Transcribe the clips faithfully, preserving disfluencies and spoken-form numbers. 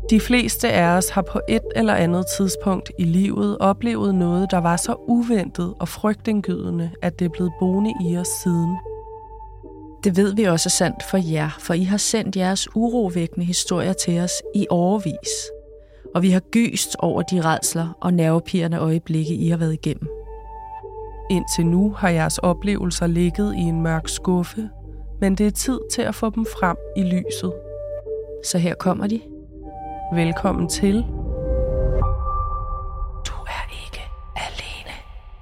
De fleste af os har på et eller andet tidspunkt i livet oplevet noget, der var så uventet og frygtindgydende, at det er blevet boende i os siden. Det ved vi også er sandt for jer, for I har sendt jeres urovækkende historier til os i årevis. Og vi har gyst over de rædsler og nervepirrende øjeblikke, I har været igennem. Indtil nu har jeres oplevelser ligget i en mørk skuffe, men det er tid til at få dem frem i lyset. Så her kommer de. Velkommen til. Du er ikke alene.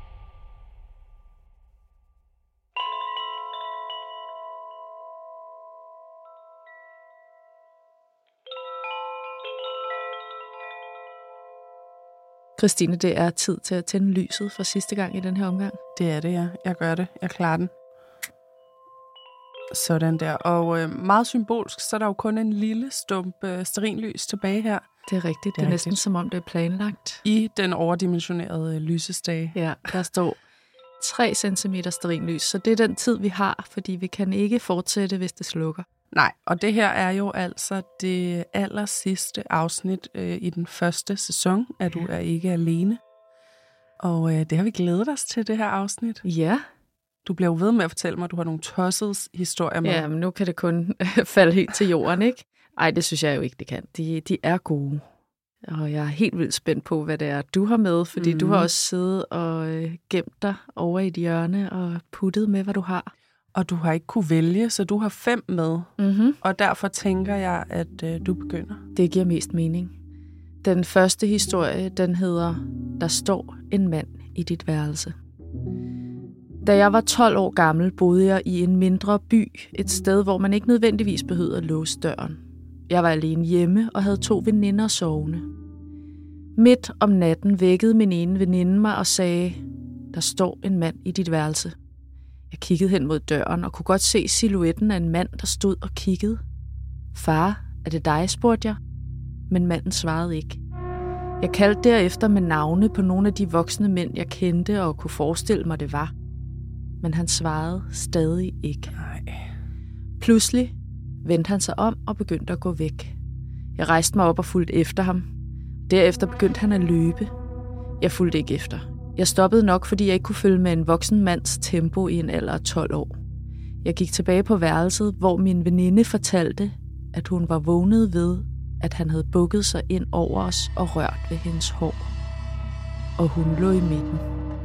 Christine, det er tid til at tænde lyset for sidste gang i den her omgang. Det er det, ja. Jeg gør det. Jeg klarer den. Sådan der. Og øh, meget symbolsk, så er der jo kun en lille stump øh, stearinlys tilbage her. Det er rigtigt. Det er, det er næsten rigtigt. Som om det er planlagt. I den overdimensionerede øh, lysestage. Ja, der står tre centimeter stearinlys, så det er den tid, vi har, fordi vi kan ikke fortsætte, hvis det slukker. Nej, og det her er jo altså det aller sidste afsnit øh, i den første sæson, at du er ikke alene. Og øh, det har vi glædet os til, det her afsnit. Ja. Du bliver jo ved med at fortælle mig, at du har nogle tossets historier med. Ja, men nu kan det kun falde helt til jorden, ikke? Ej, det synes jeg jo ikke, det kan. De, de er gode. Og jeg er helt vildt spændt på, hvad det er, du har med, fordi mm. du har også siddet og øh, gemt dig over i et hjørne og puttet med, hvad du har. Og du har ikke kunne vælge, så du har fem med. Mm-hmm. Og derfor tænker jeg, at øh, du begynder. Det giver mest mening. Den første historie, den hedder Der står en mand i dit værelse. Da jeg var tolv år gammel, boede jeg i en mindre by, et sted, hvor man ikke nødvendigvis behøvede at låse døren. Jeg var alene hjemme og havde to veninder sovende. Midt om natten vækkede min ene veninde mig og sagde, der står en mand i dit værelse. Jeg kiggede hen mod døren og kunne godt se silhuetten af en mand, der stod og kiggede. Far, er det dig, spurgte jeg. Men manden svarede ikke. Jeg kaldte derefter med navne på nogle af de voksne mænd, jeg kendte og kunne forestille mig, det var. Men han svarede stadig ikke. Nej. Pludselig vendte han sig om og begyndte at gå væk. Jeg rejste mig op og fulgte efter ham. Derefter begyndte han at løbe. Jeg fulgte ikke efter. Jeg stoppede nok, fordi jeg ikke kunne følge med en voksen mands tempo i en alder af tolv år. Jeg gik tilbage på værelset, hvor min veninde fortalte, at hun var vågnet ved, at han havde bukket sig ind over os og rørt ved hendes hår. Og hun lå i midten.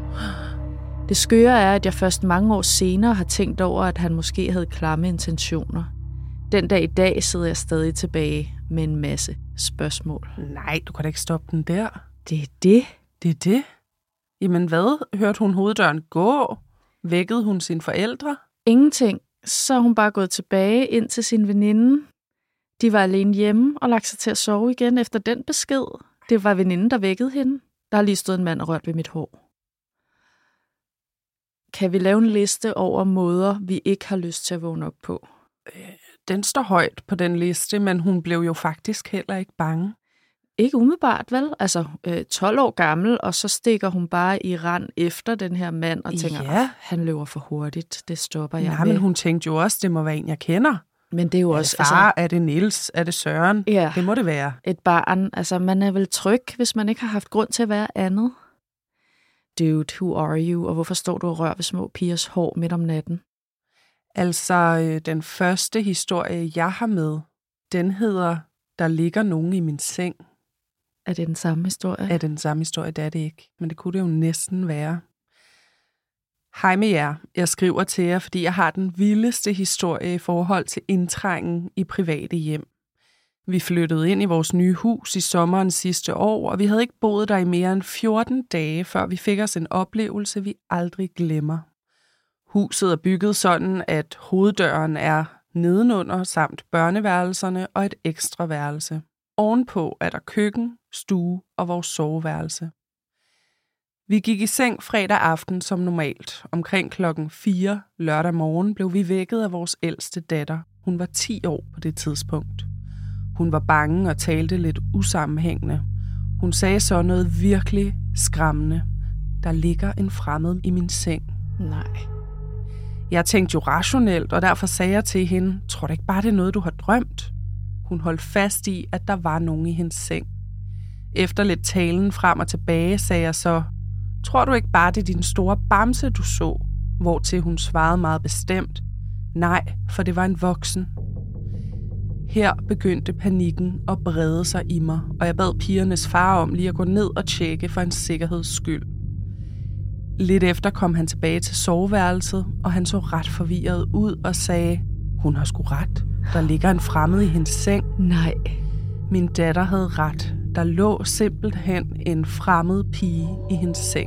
Det skøre er, at jeg først mange år senere har tænkt over, at han måske havde klamme intentioner. Den dag i dag sidder jeg stadig tilbage med en masse spørgsmål. Nej, du kan da ikke stoppe den der. Det er det. Det er det? Jamen hvad? Hørte hun hoveddøren gå? Vækkede hun sine forældre? Ingenting. Så er hun bare gået tilbage ind til sin veninde. De var alene hjemme og lagt sig til at sove igen efter den besked. Det var veninden, der vækkede hende. Der har lige stået en mand og rørt ved mit hår. Kan vi lave en liste over måder, vi ikke har lyst til at vågne op på? Den står højt på den liste, men hun blev jo faktisk heller ikke bange. Ikke umiddelbart, vel? Altså tolv år gammel, og så stikker hun bare i rand efter den her mand og tænker, ja. Han løber for hurtigt, det stopper jeg Nej, med. Men hun tænkte jo også, det må være en, jeg kender. Men det er jo er også... det far? Altså, er det Niels? Er det Søren? Ja, det må det være. Et barn. Altså, man er vel tryg, hvis man ikke har haft grund til at være andet. Dude, who are you? Og hvorfor står du og rører ved små pigers hår midt om natten? Altså, den første historie, jeg har med, den hedder, der ligger nogen i min seng. Er det den samme historie? Er det den samme historie? Det er det ikke. Men det kunne det jo næsten være. Hej med jer. Jeg skriver til jer, fordi jeg har den vildeste historie i forhold til indtrængen i private hjem. Vi flyttede ind i vores nye hus i sommeren sidste år, og vi havde ikke boet der i mere end fjorten dage, før vi fik os en oplevelse, vi aldrig glemmer. Huset er bygget sådan, at hoveddøren er nedenunder samt børneværelserne og et ekstra værelse. Ovenpå er der køkken, stue og vores soveværelse. Vi gik i seng fredag aften som normalt. Omkring klokken fire lørdag morgen blev vi vækket af vores ældste datter. Hun var ti år på det tidspunkt. Hun var bange og talte lidt usammenhængende. Hun sagde så noget virkelig skræmmende. Der ligger en fremmed i min seng. Nej. Jeg tænkte jo rationelt, og derfor sagde jeg til hende, tror du ikke bare, det er noget, du har drømt? Hun holdt fast i, at der var nogen i hendes seng. Efter lidt talen frem og tilbage, sagde jeg så, tror du ikke bare, det er din store bamse, du så? Hvortil hun svarede meget bestemt, nej, for det var en voksen. Her begyndte panikken at brede sig i mig, og jeg bad pigernes far om lige at gå ned og tjekke for en sikkerheds skyld. Lidt efter kom han tilbage til soveværelset, og han så ret forvirret ud og sagde, hun har sgu ret, der ligger en fremmed i hendes seng. Nej. Min datter havde ret, der lå simpelthen en fremmed pige i hendes seng.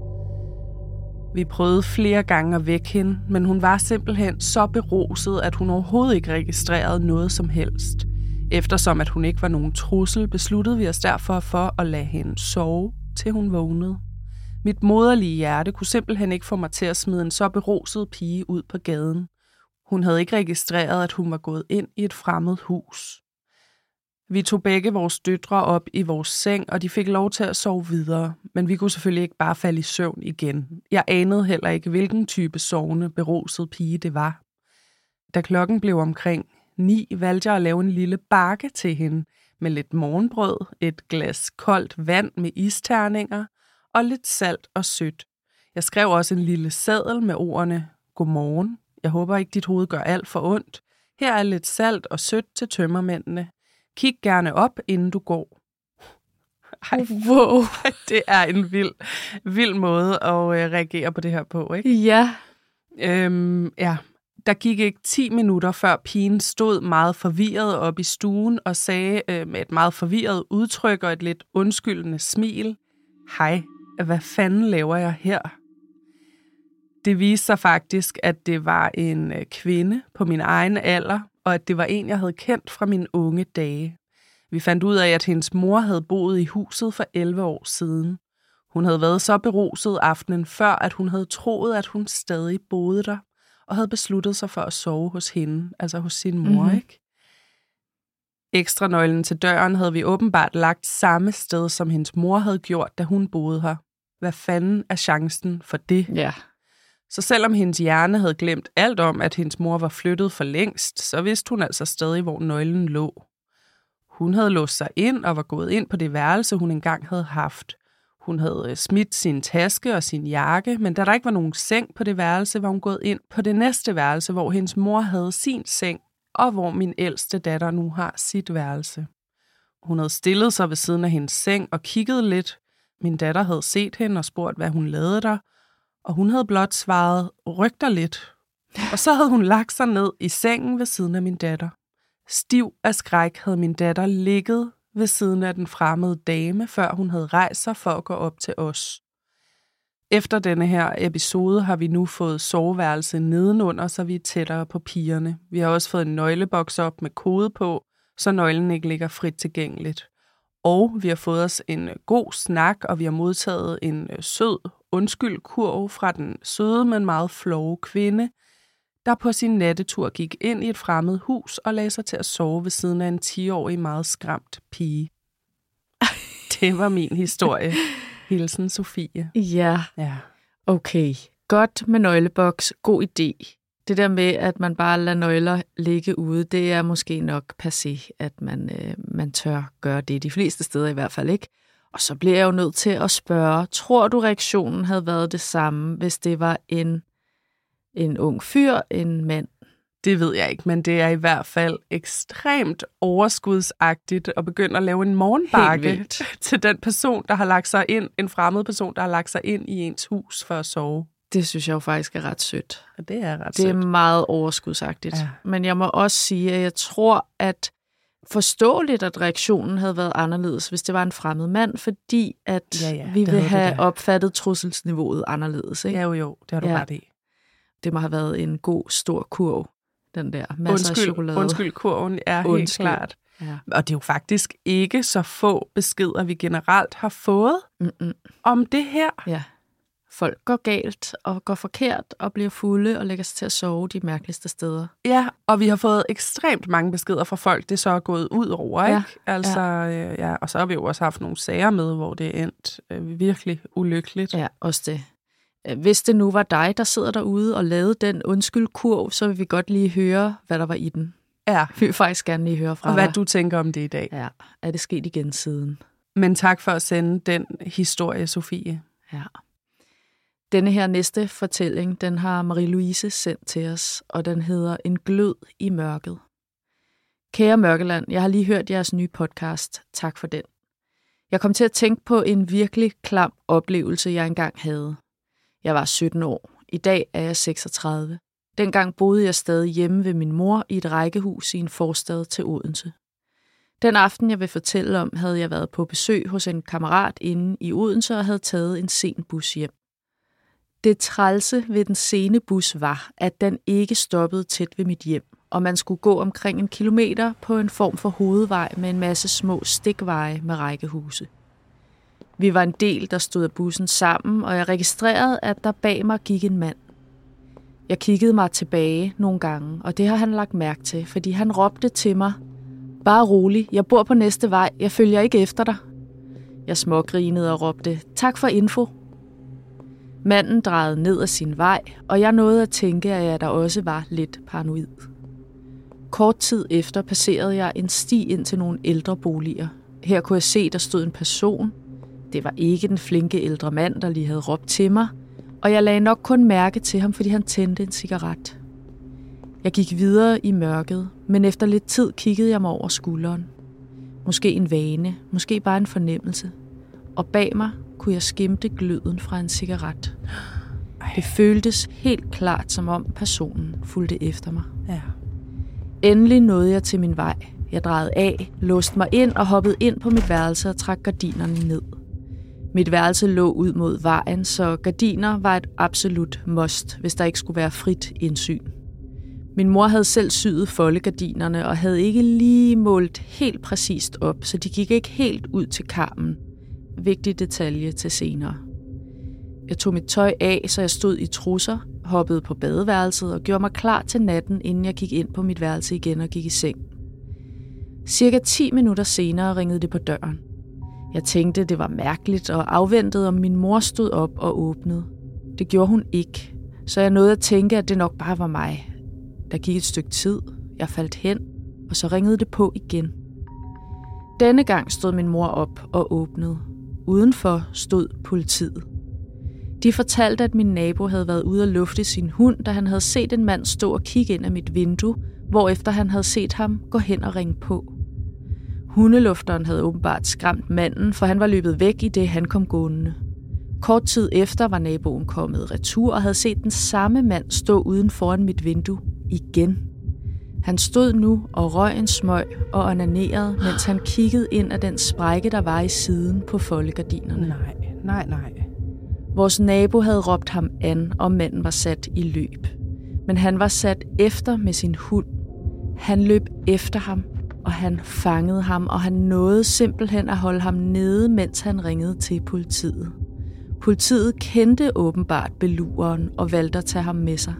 Vi prøvede flere gange at vække hende, men hun var simpelthen så beruset, at hun overhovedet ikke registrerede noget som helst. Eftersom at hun ikke var nogen trussel, besluttede vi os derfor for at lade hende sove, til hun vågnede. Mit moderlige hjerte kunne simpelthen ikke få mig til at smide en så beruset pige ud på gaden. Hun havde ikke registreret, at hun var gået ind i et fremmed hus. Vi tog begge vores døtre op i vores seng, og de fik lov til at sove videre, men vi kunne selvfølgelig ikke bare falde i søvn igen. Jeg anede heller ikke, hvilken type sovende, beruset pige det var. Da klokken blev omkring ni, valgte jeg at lave en lille bakke til hende med lidt morgenbrød, et glas koldt vand med isterninger og lidt salt og sødt. Jeg skrev også en lille seddel med ordene, godmorgen. Jeg håber ikke, dit hoved gør alt for ondt. Her er lidt salt og sødt til tømmermændene. Kig gerne op, inden du går. Ej, wow. Det er en vild, vild måde at øh, reagere på det her på, ikke? Ja. Øhm, ja. Der gik ikke ti minutter, før pigen stod meget forvirret op i stuen og sagde øh, med et meget forvirret udtryk og et lidt undskyldende smil, hej, hvad fanden laver jeg her? Det viste sig faktisk, at det var en øh, kvinde på min egen alder, og at det var en, jeg havde kendt fra mine unge dage. Vi fandt ud af, at hendes mor havde boet i huset for elleve år siden. Hun havde været så beruset aftenen før, at hun havde troet, at hun stadig boede der, og havde besluttet sig for at sove hos hende, altså hos sin mor, mm-hmm. ikke? Ekstra nøglen til døren havde vi åbenbart lagt samme sted, som hendes mor havde gjort, da hun boede her. Hvad fanden er chancen for det? Ja. Så selvom hendes hjerne havde glemt alt om, at hendes mor var flyttet for længst, så vidste hun altså stadig, hvor nøglen lå. Hun havde låst sig ind og var gået ind på det værelse, hun engang havde haft. Hun havde smidt sin taske og sin jakke, men da der ikke var nogen seng på det værelse, var hun gået ind på det næste værelse, hvor hendes mor havde sin seng, og hvor min ældste datter nu har sit værelse. Hun havde stillet sig ved siden af hendes seng og kigget lidt. Min datter havde set hende og spurgt, hvad hun lavede der, og hun havde blot svaret, ryk dig lidt. Og så havde hun lagt sig ned i sengen ved siden af min datter. Stiv af skræk havde min datter ligget ved siden af den fremmede dame, før hun havde rejst sig for at gå op til os. Efter denne her episode har vi nu fået soveværelse nedenunder, så vi er tættere på pigerne. Vi har også fået en nøgleboks op med kode på, så nøglen ikke ligger frit tilgængeligt. Og vi har fået os en god snak, og vi har modtaget en sød undskyldkurv fra den søde, men meget flove kvinde, der på sin nattetur gik ind i et fremmed hus og lagde sig til at sove ved siden af en ti-årig meget skræmt pige. Det var min historie. Hilsen Sofie. Ja. Ja. Okay. Godt med nøgleboks. God idé. Det der med, at man bare lader nøgler ligge ude, det er måske nok passé, at man, øh, man tør gøre det. De fleste steder i hvert fald ikke. Og så bliver jeg jo nødt til at spørge, tror du reaktionen havde været det samme, hvis det var en, en ung fyr, en mand? Det ved jeg ikke, men det er i hvert fald ekstremt overskudsagtigt at begynde at lave en morgenbakke til den person, der har lagt sig ind, en fremmed person, der har lagt sig ind i ens hus for at sove. Det synes jeg jo faktisk er ret sødt. Ja, det er ret det sødt. Det er meget overskudsagtigt. Ja. Men jeg må også sige, at jeg tror, at forståeligt, at reaktionen havde været anderledes, hvis det var en fremmed mand, fordi at ja, ja, vi ville have det opfattet trusselsniveauet anderledes. Ikke? Ja, jo, jo, det har du ja. ret i. Det må have været en god, stor kurv, den der. Masser undskyld, af chokolade. Undskyld, kurven er undskyld. helt klart. Ja. Og det er jo faktisk ikke så få beskeder, vi generelt har fået Mm-mm. om det her. Ja. Folk går galt og går forkert og bliver fulde og lægger sig til at sove de mærkeligste steder. Ja, og vi har fået ekstremt mange beskeder fra folk, det så er gået ud over, ja. ikke? Altså, ja. Øh, ja, og så har vi jo også haft nogle sager med, hvor det er endt øh, virkelig ulykkeligt. Ja, også det. Hvis det nu var dig, der sidder derude og lavede den undskyldkurv, så vil vi godt lige høre, hvad der var i den. Ja. Vi vil faktisk gerne lige høre fra Og hvad dig. du tænker om det i dag. Ja, er det sket igen siden? Men tak for at sende den historie, Sofie. Ja. Denne her næste fortælling, den har Marie-Louise sendt til os, og den hedder En glød i mørket. Kære Mørkeland, jeg har lige hørt jeres nye podcast. Tak for den. Jeg kom til at tænke på en virkelig klam oplevelse, jeg engang havde. Jeg var sytten år. I dag er jeg seksogtredive. Dengang boede jeg stadig hjemme ved min mor i et rækkehus i en forstad til Odense. Den aften, jeg vil fortælle om, havde jeg været på besøg hos en kammerat inde i Odense og havde taget en sen bus hjem. Det trælse ved den sene bus var, at den ikke stoppede tæt ved mit hjem, og man skulle gå omkring en kilometer på en form for hovedvej med en masse små stikveje med rækkehuse. Vi var en del, der stod af bussen sammen, og jeg registrerede, at der bag mig gik en mand. Jeg kiggede mig tilbage nogle gange, og det har han lagt mærke til, fordi han råbte til mig, bare rolig, jeg bor på næste vej, jeg følger ikke efter dig. Jeg smågrinede og råbte, tak for info. Manden drejede ned ad sin vej, og jeg nåede at tænke, at jeg der også var lidt paranoid. Kort tid efter passerede jeg en sti ind til nogle ældre boliger. Her kunne jeg se, der stod en person. Det var ikke den flinke ældre mand, der lige havde råbt til mig, og jeg lagde nok kun mærke til ham, fordi han tændte en cigaret. Jeg gik videre i mørket, men efter lidt tid kiggede jeg mig over skulderen. Måske en vane, måske bare en fornemmelse. Og bag mig kunne jeg skimte gløden fra en cigaret. Det føltes helt klart, som om personen fulgte efter mig. Ja. Endelig nåede jeg til min vej. Jeg drejede af, låste mig ind og hoppede ind på mit værelse og trak gardinerne ned. Mit værelse lå ud mod vejen, så gardiner var et absolut must, hvis der ikke skulle være frit indsyn. Min mor havde selv syet foldegardinerne og havde ikke lige målt helt præcist op, så de gik ikke helt ud til karmen. Vigtig detalje til senere. Jeg tog mit tøj af, så jeg stod i trusser, hoppede på badeværelset og gjorde mig klar til natten, inden jeg gik ind på mit værelse igen og gik i seng. Cirka ti minutter senere ringede det på døren. Jeg tænkte, det var mærkeligt og afventede, om min mor stod op og åbnede. Det gjorde hun ikke, så jeg nåede at tænke, at det nok bare var mig. Der gik et stykke tid, jeg faldt hen, og så ringede det på igen. Denne gang stod min mor op og åbnede. Udenfor stod politiet. De fortalte, at min nabo havde været ude at lufte sin hund, da han havde set en mand stå og kigge ind af mit vindue, hvorefter han havde set ham gå hen og ringe på. Hundelufteren havde åbenbart skræmt manden, for han var løbet væk, i det han kom gående. Kort tid efter var naboen kommet retur og havde set den samme mand stå uden foran mit vindue igen. Han stod nu og røg en smøg og onanerede, mens han kiggede ind af den sprække, der var i siden på foldegardinerne. Nej, nej, nej. Vores nabo havde råbt ham an, og manden var sat i løb. Men han var sat efter med sin hund. Han løb efter ham, og han fangede ham, og han nåede simpelthen at holde ham nede, mens han ringede til politiet. Politiet kendte åbenbart beluren og valgte at tage ham med sig.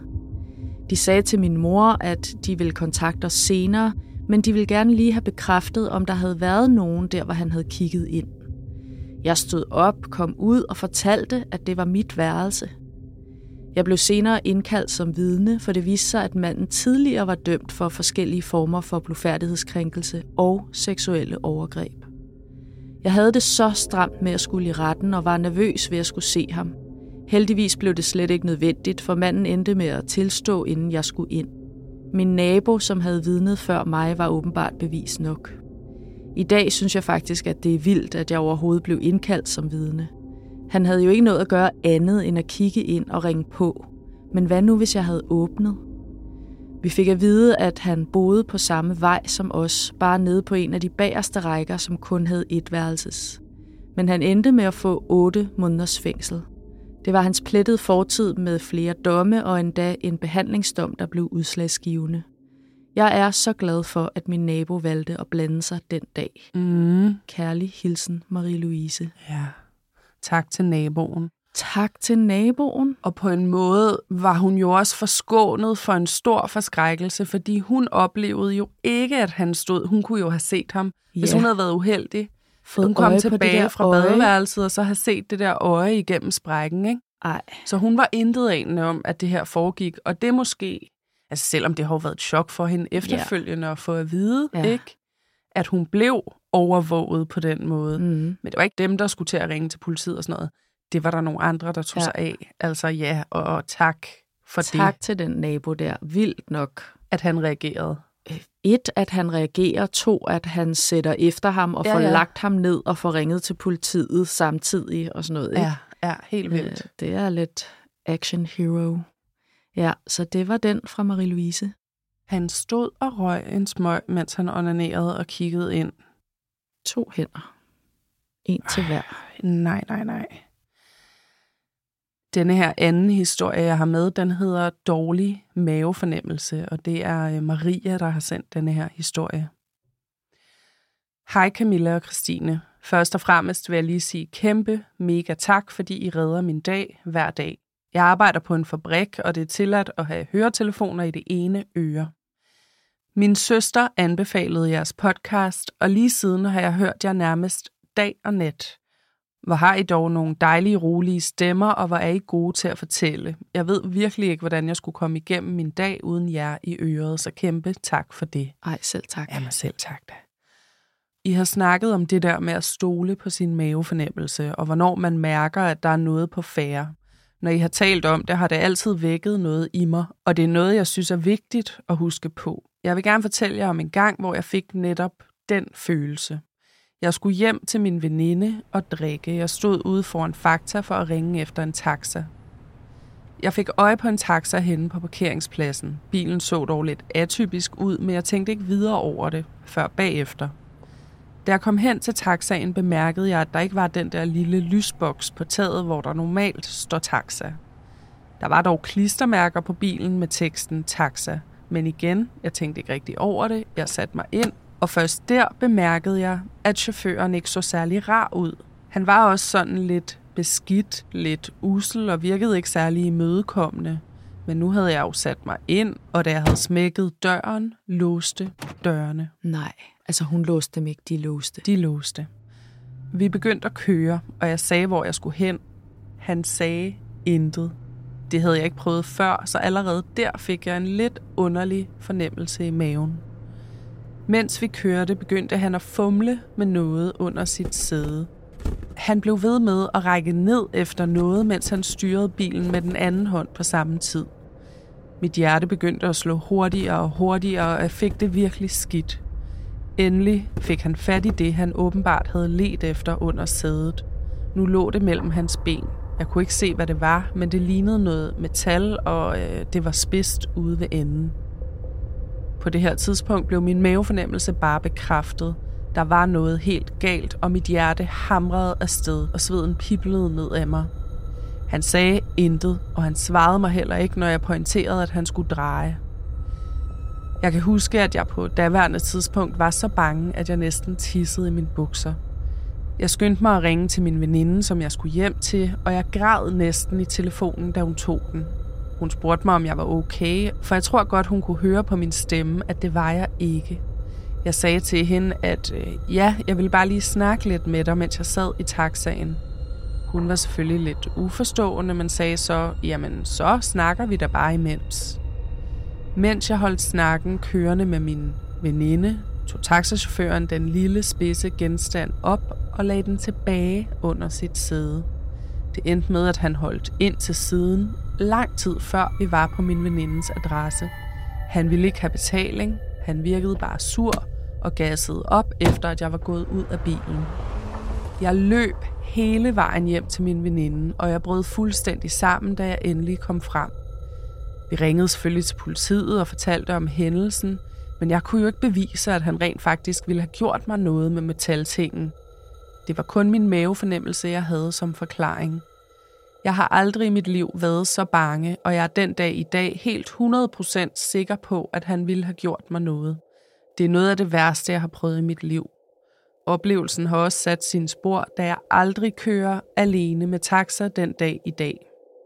De sagde til min mor, at de ville kontakte os senere, men de ville gerne lige have bekræftet, om der havde været nogen der, hvor han havde kigget ind. Jeg stod op, kom ud og fortalte, at det var mit værelse. Jeg blev senere indkaldt som vidne, for det viste sig, at manden tidligere var dømt for forskellige former for blufærdighedskrænkelse og seksuelle overgreb. Jeg havde det så stramt med at skulle i retten og var nervøs ved at skulle se ham. Heldigvis blev det slet ikke nødvendigt, for manden endte med at tilstå, inden jeg skulle ind. Min nabo, som havde vidnet før mig, var åbenbart bevis nok. I dag synes jeg faktisk, at det er vildt, at jeg overhovedet blev indkaldt som vidne. Han havde jo ikke noget at gøre andet end at kigge ind og ringe på. Men hvad nu, hvis jeg havde åbnet? Vi fik at vide, at han boede på samme vej som os, bare nede på en af de bagerste rækker, som kun havde et værelses. Men han endte med at få otte måneders fængsel. Det var hans plettede fortid med flere domme og endda en behandlingsdom, der blev udslagsgivende. Jeg er så glad for, at min nabo valgte at blande sig den dag. Mm. Kærlig hilsen, Marie-Louise. Ja, tak til naboen. Tak til naboen. Og på en måde var hun jo også forskånet for en stor forskrækkelse, fordi hun oplevede jo ikke, at han stod. Hun kunne jo have set ham, ja. Hvis hun havde været uheldig. Fået hun kom øje tilbage fra øje. badeværelset, og så have set det der øje igennem sprækken, ikke? Ej. Så hun var intet anende om, at det her foregik. Og det måske Altså selvom det har været et chok for hende efterfølgende ja. At få at vide, ja. Ikke? At hun blev overvåget på den måde. Mm. Men det var ikke dem, der skulle til at ringe til politiet og sådan noget. Det var der nogle andre, der tog ja. Sig af. Altså ja, og, og tak for tak det. Tak til den nabo der. Vildt nok. At han reagerede. Et, at han reagerer. To, at han sætter efter ham og ja, får ja. Lagt ham ned og får ringet til politiet samtidig og sådan noget. Ikke? Ja, ja, helt vildt. Det er lidt action hero. Ja, så det var den fra Marie-Louise. Han stod og røg en smøg, mens han onanerede og kiggede ind. To hænder. En til hver. Nej, nej, nej. Denne her anden historie, jeg har med, den hedder Dårlig mavefornemmelse, og det er Maria, der har sendt denne her historie. Hej Camilla og Christine. Først og fremmest vil jeg lige sige kæmpe, mega tak, fordi I redder min dag hver dag. Jeg arbejder på en fabrik, og det er tilladt at have høretelefoner i det ene øre. Min søster anbefalede jeres podcast, og lige siden har jeg hørt jer nærmest dag og nat. Hvor har I dog nogle dejlige, rolige stemmer, og hvor er I gode til at fortælle. Jeg ved virkelig ikke, hvordan jeg skulle komme igennem min dag uden jer i øret, så kæmpe tak for det. Ej, selv tak. Jamen selv tak da. I har snakket om det der med at stole på sin mavefornemmelse, og hvornår man mærker, at der er noget på færre. Når I har talt om det, har det altid vækket noget i mig, og det er noget, jeg synes er vigtigt at huske på. Jeg vil gerne fortælle jer om en gang, hvor jeg fik netop den følelse. Jeg skulle hjem til min veninde og drikke. Jeg stod ude foran Fakta for at ringe efter en taxa. Jeg fik øje på en taxa henne på parkeringspladsen. Bilen så dog lidt atypisk ud, men jeg tænkte ikke videre over det, før bagefter. Da jeg kom hen til taxaen, bemærkede jeg, at der ikke var den der lille lysboks på taget, hvor der normalt står taxa. Der var dog klistermærker på bilen med teksten taxa. Men igen, jeg tænkte ikke rigtig over det. Jeg satte mig ind, og først der bemærkede jeg, at chaufføren ikke så særlig rar ud. Han var også sådan lidt beskidt, lidt usel og virkede ikke særlig imødekommende. Men nu havde jeg jo sat mig ind, og da jeg havde smækket døren, låste dørene. Nej, altså hun låste dem ikke, de låste. De låste. Vi begyndte at køre, og jeg sagde, hvor jeg skulle hen. Han sagde intet. Det havde jeg ikke prøvet før, så allerede der fik jeg en lidt underlig fornemmelse i maven. Mens vi kørte, begyndte han at fumle med noget under sit sæde. Han blev ved med at række ned efter noget, mens han styrede bilen med den anden hånd på samme tid. Mit hjerte begyndte at slå hurtigere og hurtigere, og jeg fik det virkelig skidt. Endelig fik han fat i det, han åbenbart havde ledt efter under sædet. Nu lå det mellem hans ben. Jeg kunne ikke se, hvad det var, men det lignede noget metal, og øh, det var spidst ude ved enden. På det her tidspunkt blev min mavefornemmelse bare bekræftet. Der var noget helt galt, og mit hjerte hamrede afsted, og sveden piblede ned af mig. Han sagde intet, og han svarede mig heller ikke, når jeg pointerede, at han skulle dreje. Jeg kan huske, at jeg på daværende tidspunkt var så bange, at jeg næsten tissede i mine bukser. Jeg skyndte mig at ringe til min veninde, som jeg skulle hjem til, og jeg græd næsten i telefonen, da hun tog den. Hun spurgte mig, om jeg var okay, for jeg tror godt, hun kunne høre på min stemme, at det var jeg ikke. Jeg sagde til hende, at øh, ja, jeg ville bare lige snakke lidt med dig, mens jeg sad i taxaen. Hun var selvfølgelig lidt uforstående, men sagde så, jamen så snakker vi da bare imens. Mens jeg holdt snakken kørende med min veninde, tog taxachaufføren den lille spidse genstand op og lagde den tilbage under sit sæde. Det endte med, at han holdt ind til siden, lang tid før vi var på min venindes adresse. Han ville ikke have betaling, han virkede bare sur og gassede op, efter at jeg var gået ud af bilen. Jeg løb hele vejen hjem til min veninde, og jeg brød fuldstændig sammen, da jeg endelig kom frem. Vi ringede selvfølgelig til politiet og fortalte om hændelsen, men jeg kunne jo ikke bevise, at han rent faktisk ville have gjort mig noget med metaltingen. Det var kun min mavefornemmelse, jeg havde som forklaring. Jeg har aldrig i mit liv været så bange, og jeg er den dag i dag helt hundrede procent sikker på, at han ville have gjort mig noget. Det er noget af det værste, jeg har prøvet i mit liv. Oplevelsen har også sat sine spor, da jeg aldrig kører alene med taxa den dag i dag.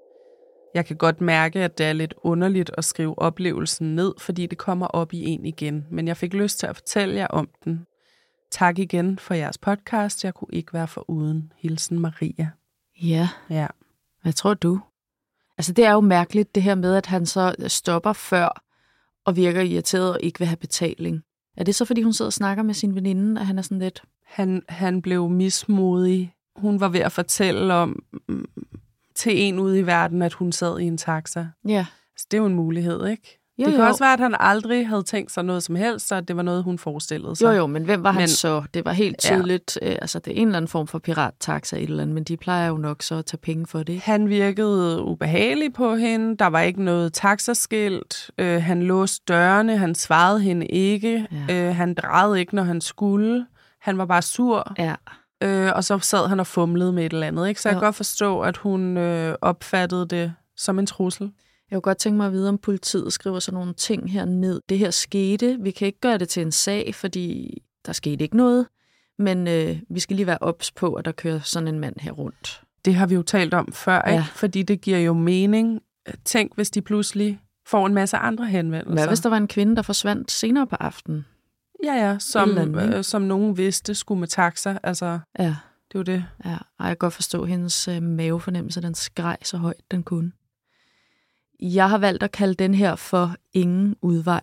Jeg kan godt mærke, at det er lidt underligt at skrive oplevelsen ned, fordi det kommer op i en igen, men jeg fik lyst til at fortælle jer om den. Tak igen for jeres podcast. Jeg kunne ikke være foruden. Hilsen Maria. Ja. Ja. Hvad tror du? Altså det er jo mærkeligt det her med, at han så stopper før og virker irriteret og ikke vil have betaling. Er det så, fordi hun sidder og snakker med sin veninde, at han er sådan lidt... Han, han blev mismodig. Hun var ved at fortælle om mm, til en ude i verden, at hun sad i en taxa. Ja. Så det er jo en mulighed, ikke? Jo, det kan jo. også være, at han aldrig havde tænkt sig noget som helst, så det var noget, hun forestillede sig. Jo, jo, men hvem var han men, så? Det var helt tydeligt, ja. øh, altså det er en eller anden form for pirattaxa et eller andet, men de plejer jo nok så at tage penge for det. Han virkede ubehagelig på hende, der var ikke noget taxaskilt, øh, han låste dørene, han svarede hende ikke, ja. øh, han drejede ikke, når han skulle, han var bare sur, ja. øh, og så sad han og fumlede med et eller andet, ikke? Så jeg kan godt forstå, at hun øh, opfattede det som en trussel. Jeg kunne godt tænke mig at vide, om politiet skriver sådan nogle ting her ned. Det her skete. Vi kan ikke gøre det til en sag, fordi der skete ikke noget. Men øh, vi skal lige være ops på, at der kører sådan en mand her rundt. Det har vi jo talt om før, ja. ikke? Fordi det giver jo mening. Tænk, hvis de pludselig får en masse andre henvendelser. Hvad hvis der var en kvinde, der forsvandt senere på aftenen? Ja, ja, som, øh, som nogen vidste skulle med taxa. Altså, ja. det var det. Ja, og jeg kan godt forstå hendes øh, mavefornemmelse, den skreg så højt, den kunne. Jeg har valgt at kalde den her for Ingen Udvej.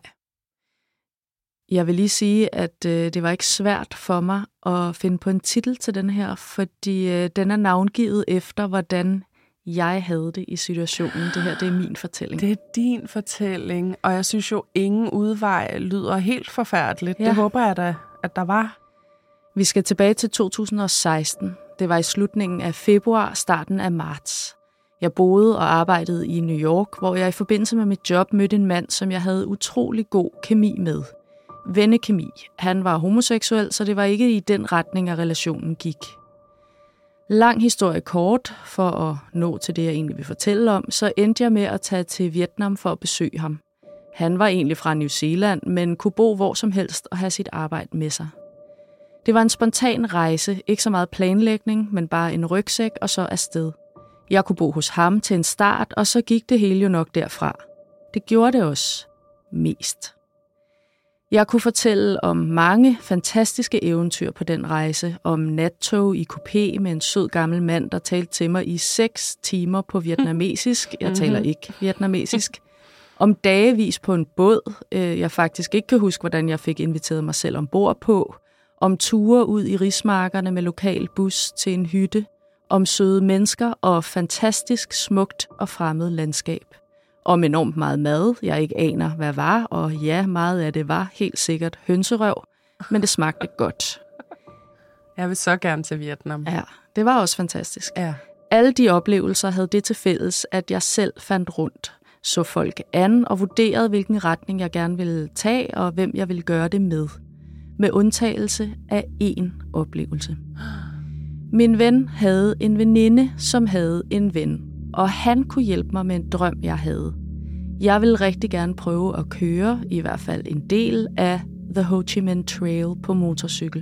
Jeg vil lige sige, at øh, det var ikke svært for mig at finde på en titel til den her, fordi øh, den er navngivet efter, hvordan jeg havde det i situationen. Det her, det er min fortælling. Det er din fortælling, og jeg synes jo, Ingen Udvej lyder helt forfærdeligt. Ja. Det håber jeg da, at der var. Vi skal tilbage til to tusind og seksten. Det var i slutningen af februar, starten af marts. Jeg boede og arbejdede i New York, hvor jeg i forbindelse med mit job mødte en mand, som jeg havde utrolig god kemi med. Vennekemi. Han var homoseksuel, så det var ikke i den retning, at relationen gik. Lang historie kort, for at nå til det, jeg egentlig vil fortælle om, så endte jeg med at tage til Vietnam for at besøge ham. Han var egentlig fra New Zealand, men kunne bo hvor som helst og have sit arbejde med sig. Det var en spontan rejse, ikke så meget planlægning, men bare en rygsæk og så afsted. Jeg kunne bo hos ham til en start, og så gik det hele jo nok derfra. Det gjorde det også mest. Jeg kunne fortælle om mange fantastiske eventyr på den rejse, om nattog i kupé med en sød gammel mand, der talte til mig i seks timer på vietnamesisk. Jeg taler ikke vietnamesisk. Om dagevis på en båd, jeg faktisk ikke kan huske, hvordan jeg fik inviteret mig selv ombord på. Om ture ud i rismarkerne med lokal bus til en hytte. Om søde mennesker og fantastisk smukt og fremmed landskab. Om enormt meget mad, jeg ikke aner, hvad var, og ja, meget af det var helt sikkert hønserøv, men det smagte godt. Jeg vil så gerne til Vietnam. Ja, det var også fantastisk. Ja. Alle de oplevelser havde det til fælles, at jeg selv fandt rundt, så folk an og vurderede, hvilken retning jeg gerne ville tage, og hvem jeg ville gøre det med. Med undtagelse af én oplevelse. Min ven havde en veninde, som havde en ven, og han kunne hjælpe mig med en drøm, jeg havde. Jeg ville rigtig gerne prøve at køre, i hvert fald en del af The Ho Chi Minh Trail på motorcykel.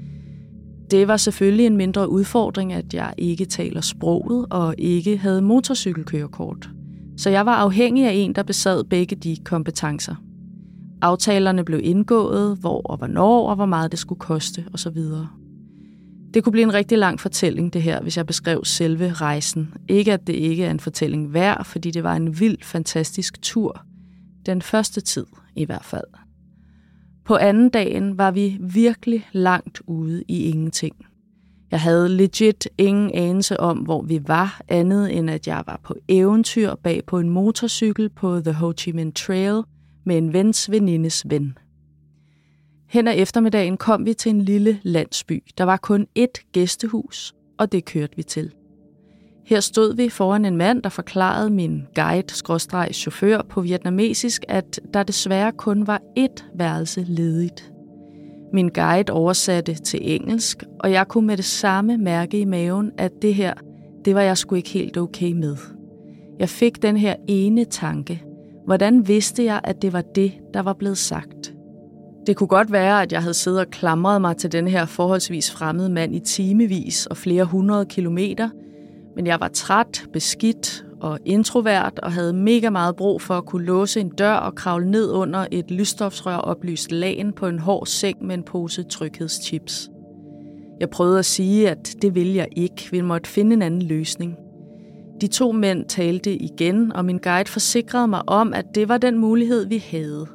Det var selvfølgelig en mindre udfordring, at jeg ikke taler sproget og ikke havde motorcykelkørekort. Så jeg var afhængig af en, der besad begge de kompetencer. Aftalerne blev indgået, hvor og hvornår og hvor meget det skulle koste osv. Det kunne blive en rigtig lang fortælling, det her, hvis jeg beskrev selve rejsen. Ikke at det ikke er en fortælling værd, fordi det var en vild, fantastisk tur. Den første tid i hvert fald. På anden dagen var vi virkelig langt ude i ingenting. Jeg havde legit ingen anelse om, hvor vi var, andet end at jeg var på eventyr bag på en motorcykel på The Ho Chi Minh Trail med en vens venindes ven. Hen ad eftermiddagen kom vi til en lille landsby. Der var kun ét gæstehus, og det kørte vi til. Her stod vi foran en mand, der forklarede min guide-chauffør på vietnamesisk, at der desværre kun var ét værelse ledigt. Min guide oversatte til engelsk, og jeg kunne med det samme mærke i maven, at det her, det var jeg sgu ikke helt okay med. Jeg fik den her ene tanke. Hvordan vidste jeg, at det var det, der var blevet sagt? Det kunne godt være, at jeg havde siddet og klamret mig til den her forholdsvis fremmede mand i timevis og flere hundrede kilometer, men jeg var træt, beskidt og introvert og havde mega meget brug for at kunne låse en dør og kravle ned under et lysstofsrør oplyst lagen på en hård seng med en pose tryghedschips. Jeg prøvede at sige, at det ville jeg ikke. Vi måtte finde en anden løsning. De to mænd talte igen, og min guide forsikrede mig om, at det var den mulighed, vi havde.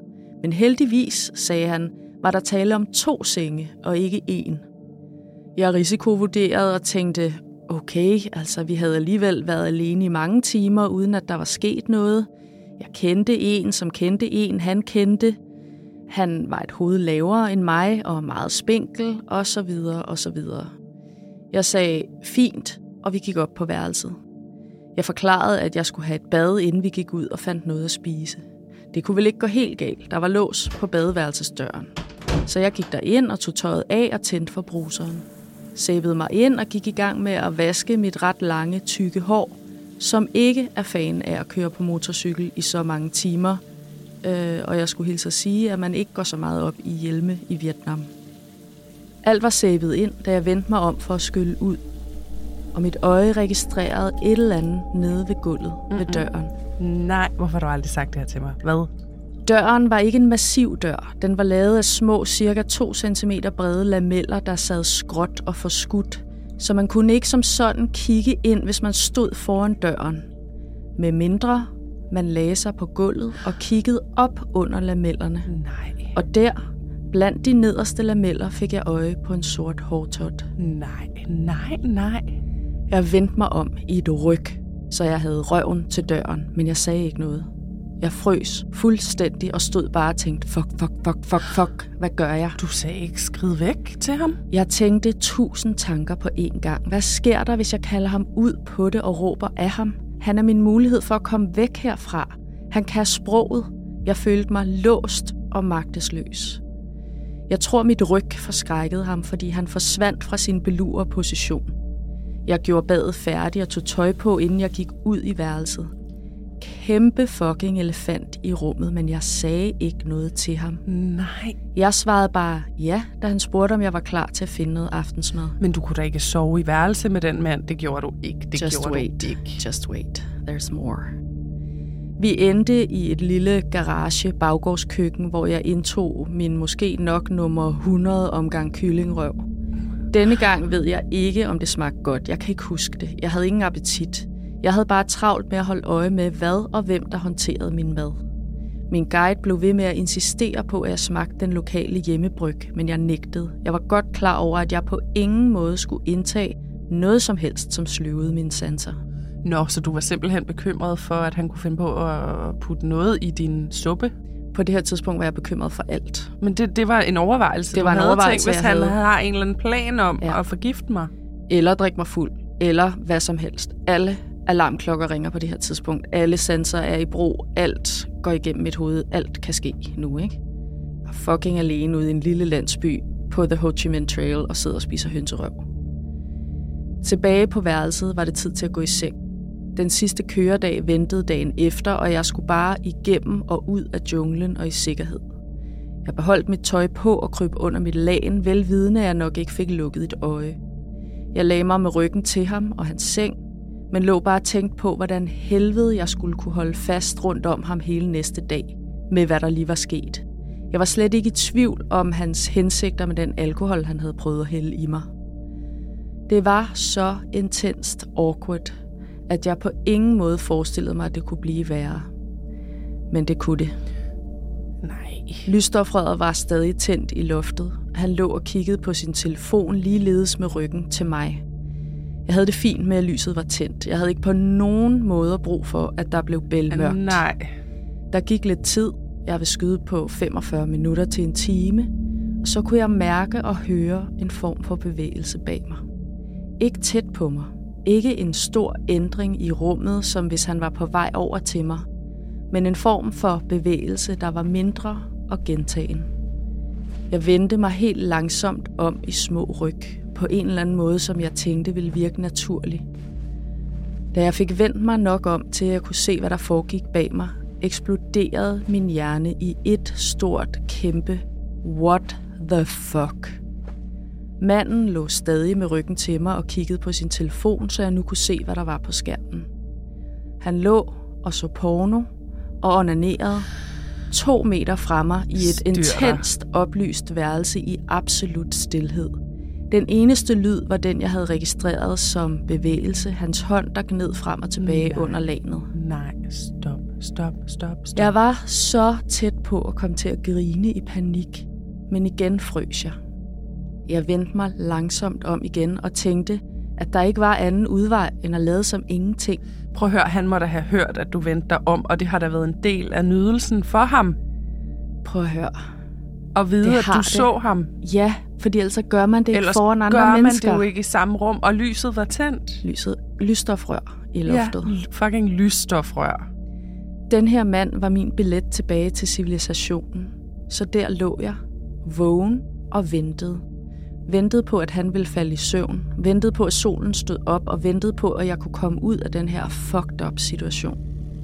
Men heldigvis, sagde han, var der tale om to senge og ikke én. Jeg risikovurderede og tænkte, okay, altså vi havde alligevel været alene i mange timer, uden at der var sket noget. Jeg kendte en, som kendte en, han kendte. Han var et hoved lavere end mig og meget spinkel, og så videre og så videre. Jeg sagde, fint, og vi gik op på værelset. Jeg forklarede, at jeg skulle have et bad, inden vi gik ud og fandt noget at spise. Det kunne vel ikke gå helt galt. Der var lås på badeværelsesdøren. Så jeg gik derind og tog tøjet af og tændte for bruseren. Sæbede mig ind og gik i gang med at vaske mit ret lange, tykke hår, som ikke er fan af at køre på motorcykel i så mange timer. Øh, og jeg skulle hilse at sige, at man ikke går så meget op i hjelme i Vietnam. Alt var sæbet ind, da jeg vendte mig om for at skylle ud. Og mit øje registrerede et eller andet nede ved gulvet mm-hmm. ved døren. Nej, hvorfor har du aldrig sagt det her til mig? Hvad? Døren var ikke en massiv dør. Den var lavet af små, cirka to centimeter brede lameller, der sad skråt og forskudt. Så man kunne ikke som sådan kigge ind, hvis man stod foran døren. Med mindre man lagde sig på gulvet og kiggede op under lamellerne. Nej. Og der, blandt de nederste lameller, fik jeg øje på en sort hårtot. Nej, nej, nej. Jeg vendte mig om i et ryg, så jeg havde røven til døren, men jeg sagde ikke noget. Jeg frøs fuldstændig og stod bare og tænkte, fuck, fuck, fuck, fuck, fuck, hvad gør jeg? Du sagde ikke skrid væk til ham? Jeg tænkte tusind tanker på én gang. Hvad sker der, hvis jeg kalder ham ud på det og råber af ham? Han er min mulighed for at komme væk herfra. Han kan sproget. Jeg følte mig låst og magtesløs. Jeg tror, mit ryg forskrækkede ham, fordi han forsvandt fra sin belure position. Jeg gjorde badet færdig og tog tøj på, inden jeg gik ud i værelset. Kæmpe fucking elefant i rummet, men jeg sagde ikke noget til ham. Nej. Jeg svarede bare ja, da han spurgte, om jeg var klar til at finde noget aftensmad. Men du kunne da ikke sove i værelse med den mand. Det gjorde du ikke. Det Just gjorde wait. du ikke. Just wait. There's more. Vi endte i et lille garage baggårdskøkken, hvor jeg indtog min måske nok nummer hundrede omgang kyllingrøv. Denne gang ved jeg ikke, om det smagte godt. Jeg kan ikke huske det. Jeg havde ingen appetit. Jeg havde bare travlt med at holde øje med, hvad og hvem, der håndterede min mad. Min guide blev ved med at insistere på, at jeg smagte den lokale hjemmebryg, men jeg nægtede. Jeg var godt klar over, at jeg på ingen måde skulle indtage noget som helst, som sløvede mine sanser. Nå, så du var simpelthen bekymret for, at han kunne finde på at putte noget i din suppe? På det her tidspunkt var jeg bekymret for alt. Men det, det var en overvejelse, det var du en havde overvejelse, tænkt, hvis han havde... har en eller anden plan om ja. at forgifte mig. Eller drikke mig fuld. Eller hvad som helst. Alle alarmklokker ringer på det her tidspunkt. Alle sanser er i brug. Alt går igennem mit hoved. Alt kan ske nu, ikke? Jeg er fucking alene ude i en lille landsby på The Ho Chi Minh Trail og sidder og spiser hønserøv. Tilbage på værelset var det tid til at gå i seng. Den sidste køredag ventede dagen efter, og jeg skulle bare igennem og ud af junglen og i sikkerhed. Jeg beholdt mit tøj på og kryb under mit lagen, velvidende at jeg nok ikke fik lukket et øje. Jeg lagde mig med ryggen til ham og hans seng, men lå bare og tænkte på, hvordan helvede jeg skulle kunne holde fast rundt om ham hele næste dag, med hvad der lige var sket. Jeg var slet ikke i tvivl om hans hensigter med den alkohol, han havde prøvet at hælde i mig. Det var så intenst awkward, at jeg på ingen måde forestillede mig, at det kunne blive værre. Men det kunne det. Nej. Lysstofrøret var stadig tændt i loftet. Han lå og kiggede på sin telefon, ligeledes med ryggen til mig. Jeg havde det fint med, at lyset var tændt. Jeg havde ikke på nogen måde brug for, at der blev bælmørkt. Nej. Der gik lidt tid. Jeg ville skyde på femogfyrre minutter til en time. Og så kunne jeg mærke og høre en form for bevægelse bag mig. Ikke tæt på mig. Ikke en stor ændring i rummet, som hvis han var på vej over til mig. Men en form for bevægelse, der var mindre og gentagen. Jeg vendte mig helt langsomt om i små ryg, på en eller anden måde, som jeg tænkte ville virke naturligt. Da jeg fik vendt mig nok om til, at jeg kunne se, hvad der foregik bag mig, eksploderede min hjerne i et stort, kæmpe what the fuck. Manden lå stadig med ryggen til mig og kiggede på sin telefon, så jeg nu kunne se, hvad der var på skærmen. Han lå og så porno og onanerede to meter fra mig i et Styr intenst oplyst værelse i absolut stilhed. Den eneste lyd var den, jeg havde registreret som bevægelse. Hans hånd, der gned frem og tilbage Nej. under lagenet. Nej, stop, stop, stop, stop. Jeg var så tæt på at komme til at grine i panik, men igen frøs jeg. Jeg vendte mig langsomt om igen og tænkte, at der ikke var anden udvej end at lade som ingenting. Prøv at høre, han må da have hørt, at du vendte dig om, og det har da været en del af nydelsen for ham. Prøv at høre. Og vide, at du det. så ham. Ja, fordi ellers gør man det ikke ellers foran andre gør man mennesker. det jo ikke i samme rum, og lyset var tændt. Lyset, lysstofrør i luftet. Ja, fucking lysstofrør. Den her mand var min billet tilbage til civilisationen. Så der lå jeg, vågen og ventede. Ventede på, at han ville falde i søvn. Ventede på, at solen stod op, og ventede på, at jeg kunne komme ud af den her fucked up situation.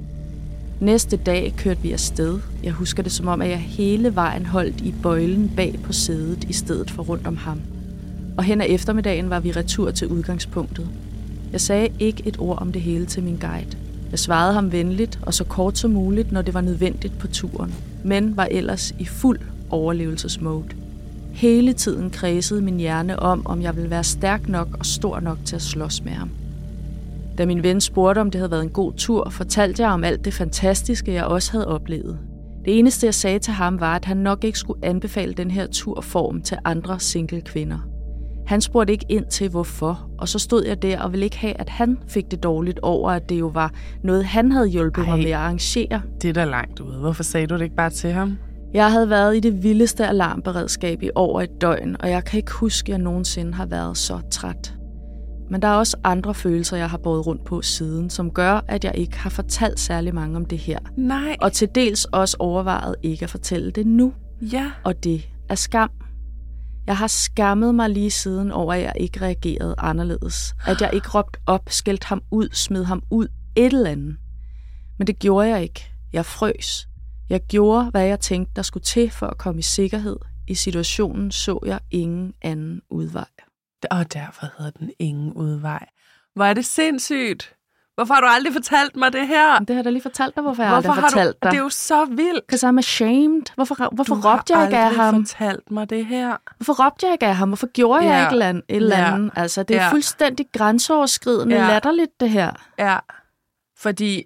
Næste dag kørte vi afsted. Jeg husker det som om, at jeg hele vejen holdt i bøjlen bag på sædet, i stedet for rundt om ham. Og hen ad eftermiddagen var vi retur til udgangspunktet. Jeg sagde ikke et ord om det hele til min guide. Jeg svarede ham venligt og så kort som muligt, når det var nødvendigt på turen, men var ellers i fuld overlevelsesmode. Hele tiden kredsede min hjerne om, om jeg ville være stærk nok og stor nok til at slås med ham. Da min ven spurgte, om det havde været en god tur, fortalte jeg om alt det fantastiske, jeg også havde oplevet. Det eneste, jeg sagde til ham, var, at han nok ikke skulle anbefale den her turform til andre single kvinder. Han spurgte ikke ind til, hvorfor, og så stod jeg der og ville ikke have, at han fik det dårligt over, at det jo var noget, han havde hjulpet Ej, mig med at arrangere. Det er da langt ude. Hvorfor sagde du det ikke bare til ham? Jeg havde været i det vildeste alarmberedskab i over et døgn, og jeg kan ikke huske, at jeg nogensinde har været så træt. Men der er også andre følelser, jeg har båret rundt på siden, som gør, at jeg ikke har fortalt særlig mange om det her. Nej. Og til dels også overvejet ikke at fortælle det nu. Ja. Og det er skam. Jeg har skammet mig lige siden over, at jeg ikke reagerede anderledes. At jeg ikke råbte op, skældte ham ud, smed ham ud, et eller andet. Men det gjorde jeg ikke. Jeg frøs. Jeg gjorde, hvad jeg tænkte, der skulle til for at komme i sikkerhed. I situationen så jeg ingen anden udvej. Og derfor hedder den ingen udvej. Hvor er det sindssygt. Hvorfor har du aldrig fortalt mig det her? Det har jeg da lige fortalt dig, hvorfor jeg hvorfor aldrig har fortalt du... dig. Det er jo så vildt. Because I'm ashamed. Hvorfor, hvorfor du råbte jeg ikke af ham? Du har aldrig fortalt mig det her. Hvorfor råbte jeg ikke af ham? Hvorfor gjorde ja. jeg ikke et eller andet? Ja. Altså, det er ja. fuldstændig grænseoverskridende ja. latterligt, det her. Ja, fordi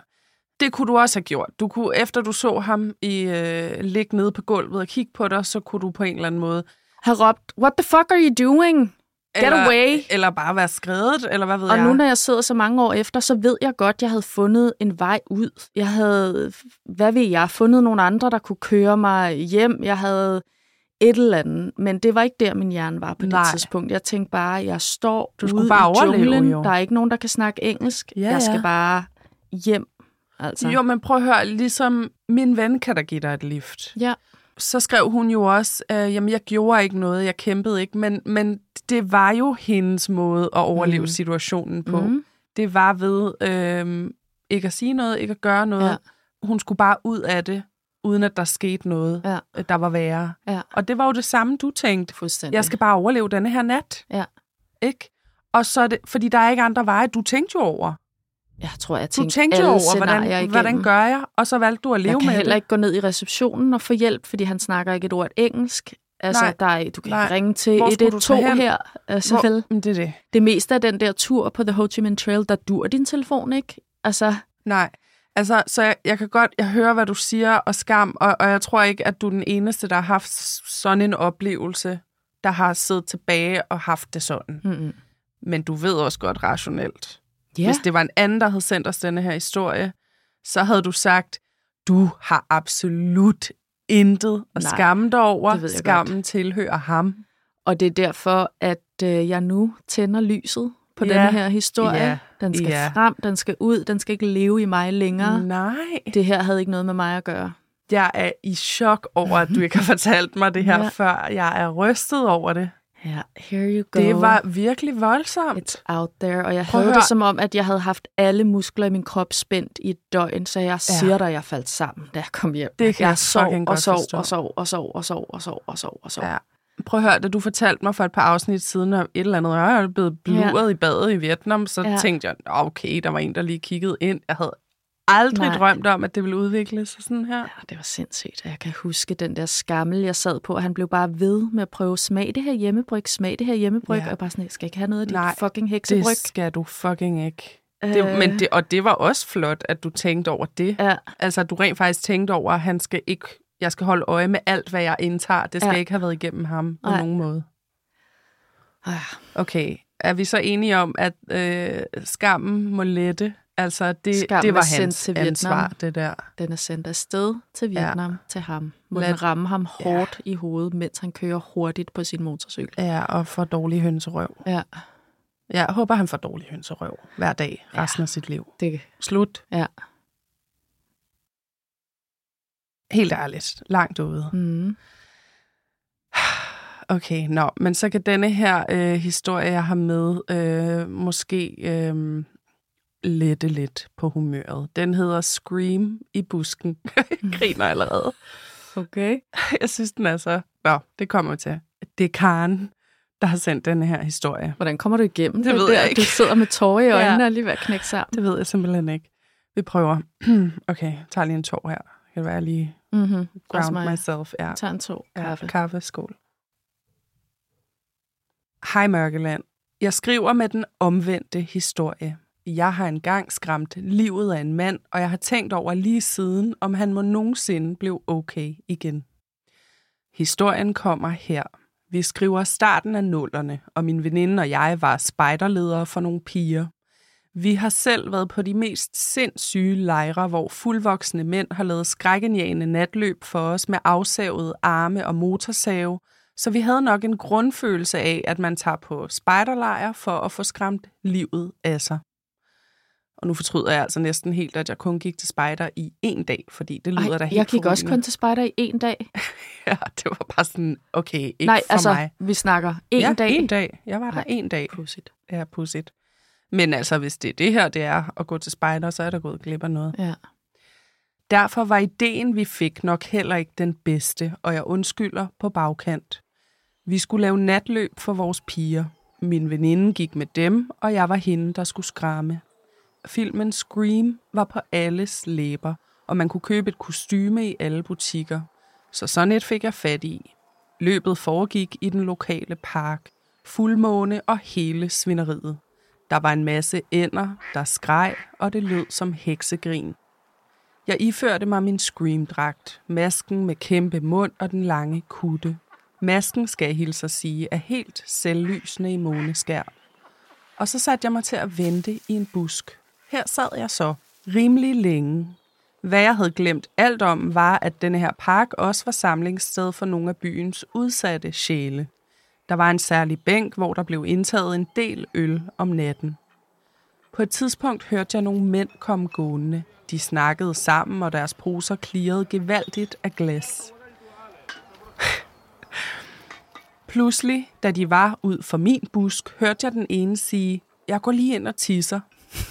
det kunne du også have gjort. Du kunne, efter du så ham i øh, ligge nede på gulvet og kigge på dig, så kunne du på en eller anden måde have råbt, what the fuck are you doing? Get eller, away. Eller bare være skredet, eller hvad ved og jeg. Og nu, når jeg sidder så mange år efter, så ved jeg godt, at jeg havde fundet en vej ud. Jeg havde, hvad ved jeg, fundet nogle andre, der kunne køre mig hjem. Jeg havde et eller andet, men det var ikke der, min hjerne var på Nej. det tidspunkt. Jeg tænkte bare, jeg står du ude bare i junglen. Jo. Der er ikke nogen, der kan snakke engelsk. Ja, jeg skal ja. bare hjem. Altså. Jo, men prøv at høre, ligesom min ven kan da give dig et lift. Ja. Så skrev hun jo også, øh, jamen jeg gjorde ikke noget, jeg kæmpede ikke, men, men det var jo hendes måde at overleve mm. situationen på. Mm. Det var ved øh, ikke at sige noget, ikke at gøre noget. Ja. Hun skulle bare ud af det, uden at der skete noget, ja. der var værre. Ja. Og det var jo det samme, du tænkte. Fuldstændig. Jeg skal bare overleve denne her nat. Ja. Ikke? Og så er det, fordi der er ikke andre veje, du tænkte jo over. Jeg tror, jeg tænkte, du tænkte alle over, hvordan, igennem. hvordan gør jeg? Og så valgte du at leve med det. Jeg kan heller ikke gå ned i receptionen og få hjælp, fordi han snakker ikke et ord engelsk. Altså, Nej. Der er, du kan Nej. ringe til et et to her. Altså, Hvor, vel. det er det. Det meste af den der tur på The Ho Chi Minh Trail, der dur din telefon, ikke? Altså... Nej. Altså, så jeg, jeg kan godt, jeg hører, hvad du siger, og skam, og, og jeg tror ikke, at du er den eneste, der har haft sådan en oplevelse, der har siddet tilbage og haft det sådan. Mm-hmm. Men du ved også godt rationelt. Yeah. Hvis det var en anden, der havde sendt os denne her historie, så havde du sagt, du har absolut intet at Nej, skamme dig over. Skammen godt. Tilhører ham. Og det er derfor, at øh, jeg nu tænder lyset på ja. den her historie. Ja. Den skal ja. frem, den skal ud, den skal ikke leve i mig længere. Nej. Det her havde ikke noget med mig at gøre. Jeg er i chok over, at du ikke har fortalt mig det her ja. før. Jeg er rystet over det. Ja, here you go. Det var virkelig voldsomt. It's out there, og jeg Prøv havde det som om, at jeg havde haft alle muskler i min krop spændt i et døgn, så jeg ja. siger dig, jeg faldt sammen, da jeg kom hjem. Det kan jeg, jeg sov og sov, og sov og sov og sov og sov og sov og sov. Ja. Prøv at høre, da du fortalte mig for et par afsnit siden om et eller andet, jeg er blevet bluret ja. i badet i Vietnam, så ja. tænkte jeg, okay, der var en, der lige kiggede ind. Jeg havde aldrig Nej. drømt om, at det ville udvikle sig sådan her. Ja, det var sindssygt. Jeg kan huske den der skammel, jeg sad på, og han blev bare ved med at prøve, smag det her hjemmebryg, smag det her hjemmebryg, ja. og jeg bare sådan, jeg skal ikke have noget af dit fucking heksebryg. Det skal du fucking ikke. Det, men det, og det var også flot, at du tænkte over det. Ja. Altså, du rent faktisk tænkte over, at han skal ikke, jeg skal holde øje med alt, hvad jeg indtager. Det skal ja. ikke have været igennem ham på Nej. nogen måde. Ej. Okay. Er vi så enige om, at øh, skammen må lette? Altså, det, det var hans ansvar, det der. Den er sendt afsted til Vietnam, ja. til ham. Må Lad... den ramme ham hårdt ja. i hovedet, mens han kører hurtigt på sin motorcykel. Ja, og får dårlig hønserøv. Ja. Jeg håber, han får dårlig hønserøv hver dag, resten ja. af sit liv. Det... Slut. Ja. Helt ærligt. Langt ude. Mm. Okay, nå. Men så kan denne her øh, historie, jeg har med, øh, måske øh, lette lidt på humøret. Den hedder Scream i busken. Jeg griner allerede. Okay. Jeg synes, den er så... Nå, det kommer vi til. Det er Karen, der har sendt denne her historie. Hvordan kommer du igennem det? Det ved der? jeg ikke. Du sidder med tårer i øjnene ja. og lige ved at knække sammen. Det ved jeg simpelthen ikke. Vi prøver. Okay, jeg tager lige en tår her. Kan det være lige mm-hmm. ground myself? Ja. Tag en tår. Kaffe. Ja, kaffe. Skål. Hej Mørkeland. Jeg skriver med den omvendte historie. Jeg har engang skræmt livet af en mand, og jeg har tænkt over lige siden, om han må nogensinde blive okay igen. Historien kommer her. Vi skriver starten af nullerne, og min veninde og jeg var spejderledere for nogle piger. Vi har selv været på de mest sindssyge lejre, hvor fuldvoksne mænd har lavet skrækkenjagende natløb for os med afsavede arme og motorsave, så vi havde nok en grundfølelse af, at man tager på spejderlejr for at få skræmt livet af sig. Og nu fortryder jeg altså næsten helt, at jeg kun gik til spejder i en dag, fordi det lyder Ej, da helt jeg gik forrygende. også kun til spejder i en dag. Ja, det var bare sådan, okay, ikke Nej, for altså, mig. vi snakker en ja, dag. en dag. Jeg var der Ej, en dag. Pudsigt. Ja, pudsigt. Men altså, hvis det er det her, det er at gå til spejder, så er der gået glip af noget. Ja. Derfor var ideen, vi fik, nok heller ikke den bedste, og jeg undskylder på bagkant. Vi skulle lave natløb for vores piger. Min veninde gik med dem, og jeg var hende, der skulle skræmme. Filmen Scream var på alles læber, og man kunne købe et kostyme i alle butikker. Så sådan et fik jeg fat i. Løbet foregik i den lokale park. Fuldmåne og hele svineriet. Der var en masse ænder, der skreg, og det lød som heksegrin. Jeg iførte mig min Scream-dragt, masken med kæmpe mund og den lange kutte. Masken, skal jeg hilse at sige, er helt selvlysende i måneskær. Og så satte jeg mig til at vente i en busk. Her sad jeg så, rimelig længe. Hvad jeg havde glemt alt om, var, at denne her park også var samlingssted for nogle af byens udsatte sjæle. Der var en særlig bænk, hvor der blev indtaget en del øl om natten. På et tidspunkt hørte jeg nogle mænd komme gående. De snakkede sammen, og deres poser klirrede gevaldigt af glas. Pludselig, da de var ud for min busk, hørte jeg den ene sige, jeg går lige ind og tisser.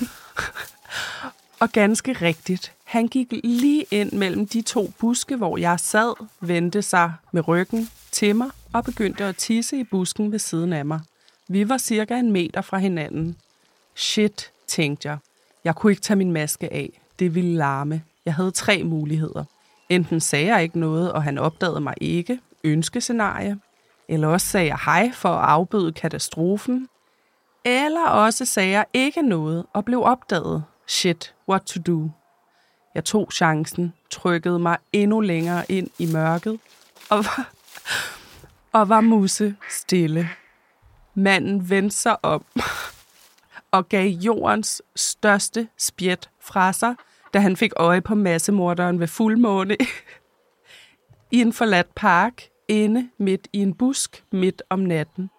Og ganske rigtigt, han gik lige ind mellem de to buske, hvor jeg sad, vendte sig med ryggen til mig og begyndte at tisse i busken ved siden af mig. Vi var cirka en meter fra hinanden. Shit, tænkte jeg. Jeg kunne ikke tage min maske af. Det ville larme. Jeg havde tre muligheder. Enten sagde jeg ikke noget, og han opdagede mig ikke, ønskescenarie, eller også sagde jeg hej for at afbøde katastrofen, eller også sagde jeg ikke noget og blev opdaget. Shit, what to do? Jeg tog chancen, trykkede mig endnu længere ind i mørket og var, og var musse stille. Manden vendte sig om og gav jordens største spjæt fra sig, da han fik øje på massemorderen ved fuldmåne i en forladt park, inde midt i en busk midt om natten.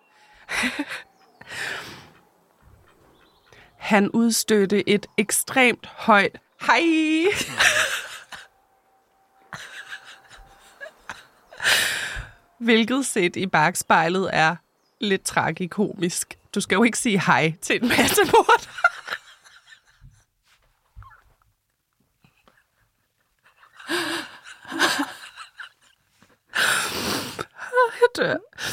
Han udstødte et ekstremt højt hej. Hvilket set i bagspejlet er lidt tragikomisk. Du skal jo ikke sige hej til en massemorder. Jeg dør.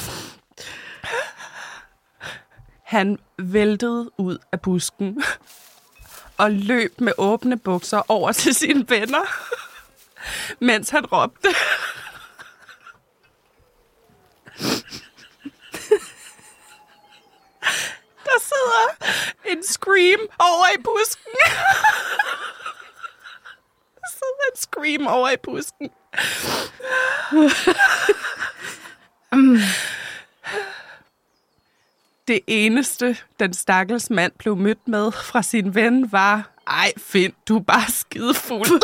Han væltede ud af busken og løb med åbne bukser over til sine venner, mens han råbte. Der sidder en Scream scream over i busken. Der sidder en scream over i busken. Det eneste, den stakkels mand blev mødt med fra sin ven, var, ej Finn, du er bare skidefuld.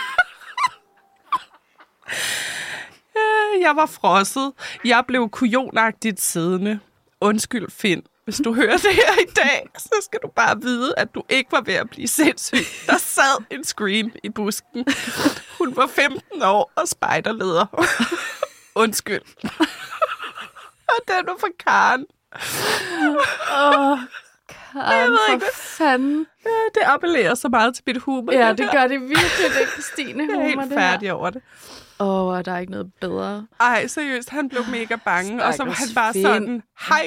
Jeg var frosset. Jeg blev kujonagtigt siddende. Undskyld, Finn. Hvis du hører det her i dag, så skal du bare vide, at du ikke var ved at blive sindssyg. Der sad en scream i busken. Hun var femten år og spejderleder. Undskyld. Og den var for Karen. Åh, oh, Karen, for ikke, fanden. Ja, det appellerer så meget til mit humor. Ja, det, det gør det virkelig, det Christine humor. Jeg er helt færdig over det. Åh, oh, der er ikke noget bedre. Ej, seriøst, han blev mega bange, Stakkels og så var han bare Finn. Sådan, hej!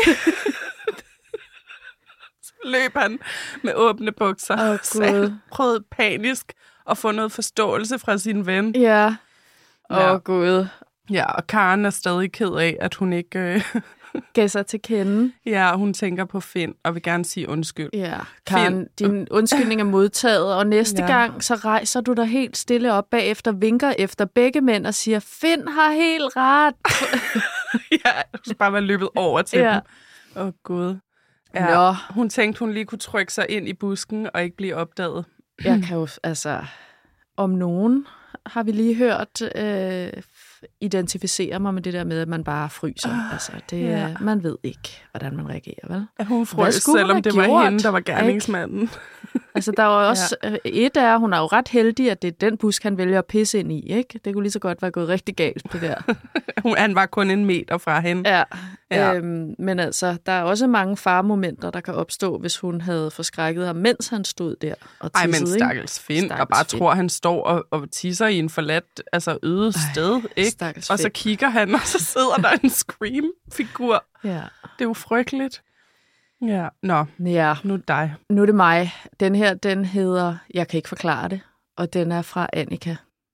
Så løb han med åbne bukser, oh, så han prøvede panisk at få noget forståelse fra sin ven. Ja, åh ja. oh, gud. Ja, og Karen er stadig ked af, at hun ikke... Øh, gav sig til kende. Ja, hun tænker på Finn, og vil gerne sige undskyld. Ja, Karen, din undskyldning er modtaget, og næste ja. gang, så rejser du dig helt stille op bagefter, vinker efter begge mænd og siger, Finn har helt ret. Ja, du skal bare være løbet over til ja. dem. Åh, oh, Gud. Ja, Nå. Hun tænkte, hun lige kunne trykke sig ind i busken og ikke blive opdaget. Jeg kan jo, altså, om nogen har vi lige hørt... Øh, identificere mig med det der med, at man bare fryser. Uh, altså, det, yeah. Man ved ikke, hvordan man reagerer, vel? At hun frøs, selvom det gjort? var hende, der var gerningsmanden. Altså, der var også... Ja. Et af, hun er jo ret heldig, at det er den busk, han vælger at pisse ind i, ikke? Det kunne lige så godt være gået rigtig galt, det der. Han var kun en meter fra hende. Ja. ja. Øhm, men altså, der er også mange faremomenter, der kan opstå, hvis hun havde forskrækket ham, mens han stod der og tissede. Ej, men stakkels Finn, og bare Finn. tror, han står og, og tisser i en forladt, altså øde Ej, sted, ikke? Og så kigger han, og så sidder der en scream-figur. Ja. Det er jo frygteligt. Ja, nå, ja. nu er det dig. Nu er det mig. Den her, den hedder Jeg kan ikke forklare det, og den er fra Annika.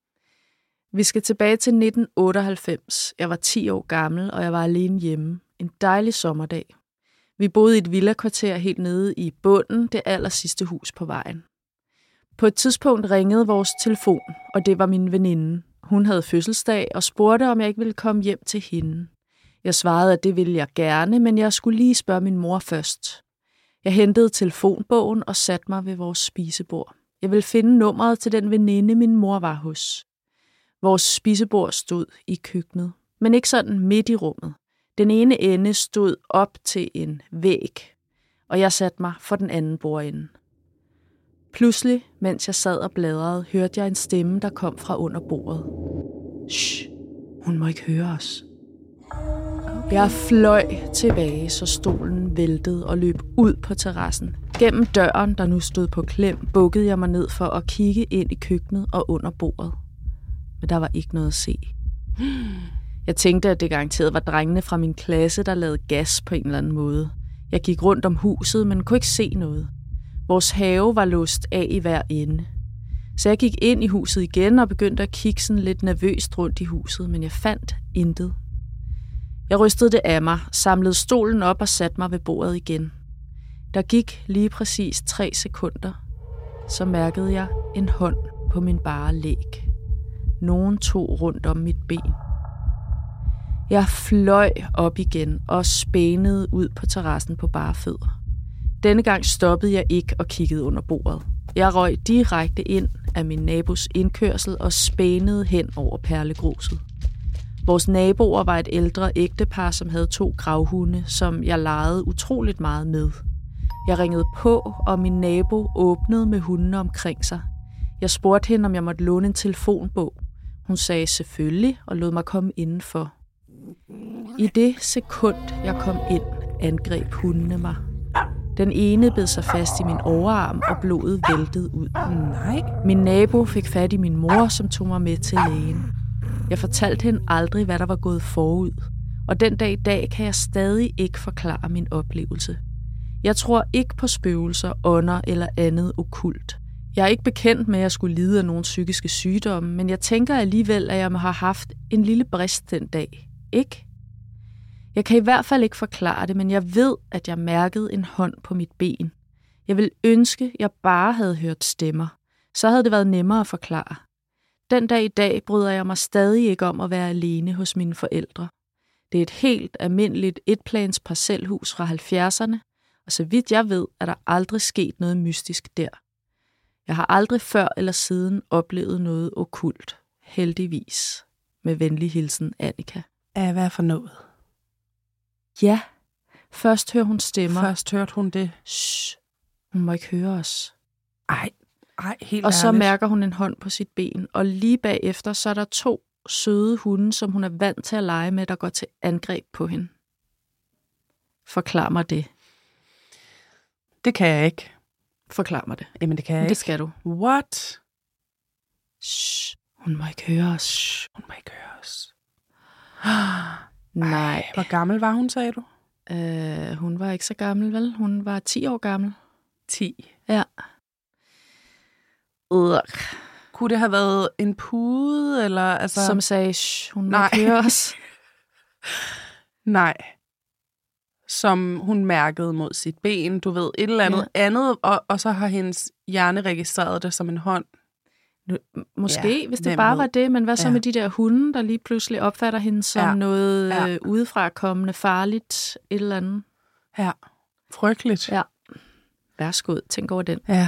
Vi skal tilbage til nitten otteoghalvfems. Jeg var ti år gammel, og jeg var alene hjemme. En dejlig sommerdag. Vi boede i et villakvarter helt nede i bunden, det aller sidste hus på vejen. På et tidspunkt ringede vores telefon, og det var min veninde. Hun havde fødselsdag og spurgte, om jeg ikke ville komme hjem til hende. Jeg svarede, at det ville jeg gerne, men jeg skulle lige spørge min mor først. Jeg hentede telefonbogen og satte mig ved vores spisebord. Jeg ville finde nummeret til den veninde, min mor var hos. Vores spisebord stod i køkkenet, men ikke sådan midt i rummet. Den ene ende stod op til en væg, og jeg satte mig for den anden bordende. Pludselig, mens jeg sad og bladrede, hørte jeg en stemme, der kom fra under bordet. Shh, hun må ikke høre os. Jeg fløj tilbage, så stolen væltede og løb ud på terrassen. Gennem døren, der nu stod på klem, bukkede jeg mig ned for at kigge ind i køkkenet og under bordet. Men der var ikke noget at se. Jeg tænkte, at det garanteret var drengene fra min klasse, der lavede gas på en eller anden måde. Jeg gik rundt om huset, men kunne ikke se noget. Vores have var låst af i hver ende. Så jeg gik ind i huset igen og begyndte at kigge sådan lidt nervøst rundt i huset, men jeg fandt intet. Jeg rystede det af mig, samlede stolen op og satte mig ved bordet igen. Der gik lige præcis tre sekunder, så mærkede jeg en hånd på min bare læg. Nogen tog rundt om mit ben. Jeg fløj op igen og spænede ud på terrassen på bare fødder. Denne gang stoppede jeg ikke og kiggede under bordet. Jeg røg direkte ind af min nabos indkørsel og spænede hen over perlegruset. Vores naboer var et ældre ægtepar, som havde to gravhunde, som jeg legede utroligt meget med. Jeg ringede på, og min nabo åbnede med hundene omkring sig. Jeg spurgte hende, om jeg måtte låne en telefonbog. Hun sagde selvfølgelig og lod mig komme indenfor. I det sekund, jeg kom ind, angreb hundene mig. Den ene bed sig fast i min overarm, og blodet væltede ud. Nej. Min nabo fik fat i min mor, som tog mig med til lægen. Jeg fortalte hende aldrig, hvad der var gået forud, og den dag i dag kan jeg stadig ikke forklare min oplevelse. Jeg tror ikke på spøgelser, ånder eller andet okkult. Jeg er ikke bekendt med, at jeg skulle lide af nogle psykiske sygdomme, men jeg tænker alligevel, at jeg må have haft en lille brist den dag. Ikke? Jeg kan i hvert fald ikke forklare det, men jeg ved, at jeg mærkede en hånd på mit ben. Jeg ville ønske, jeg bare havde hørt stemmer. Så havde det været nemmere at forklare. Den dag i dag bryder jeg mig stadig ikke om at være alene hos mine forældre. Det er et helt almindeligt etplans parcelhus fra halvfjerdserne, og så vidt jeg ved, er der aldrig sket noget mystisk der. Jeg har aldrig før eller siden oplevet noget okkult. Heldigvis. Med venlig hilsen, Annika. Af hvad for noget? Ja. Først hører hun stemmer. Først hørte hun det. Shh. Hun må ikke høre os. Ej, ej, helt Og så ærligt. mærker hun en hånd på sit ben, og lige bagefter, så er der to søde hunde, som hun er vant til at lege med, der går til angreb på hende. Forklar mig det. Det kan jeg ikke. Forklar mig det. Jamen, det kan jeg Det ikke. skal du. What? Shh. Hun må ikke høre os. Shh, hun må ikke høre os. Nej. Ej, hvor gammel var hun, sagde du? Øh, hun var ikke så gammel, vel? Hun var ti år gammel. ti. Ja. Øh. Kunne det have været en pude, eller altså... Som sagde, shh, hun må Nej. ikke høre os. Nej. Som hun mærkede mod sit ben, du ved, et eller andet ja. andet, og, og så har hendes hjerne registreret det som en hånd. Nu, måske, Ja, hvis det hvem bare ved? var det, men hvad så Ja. med de der hunde, der lige pludselig opfatter hende som Ja. noget Ja. øh, udefra kommende farligt, et eller andet? Ja, frygteligt. Ja. Værsgo, tænk over den. Ja.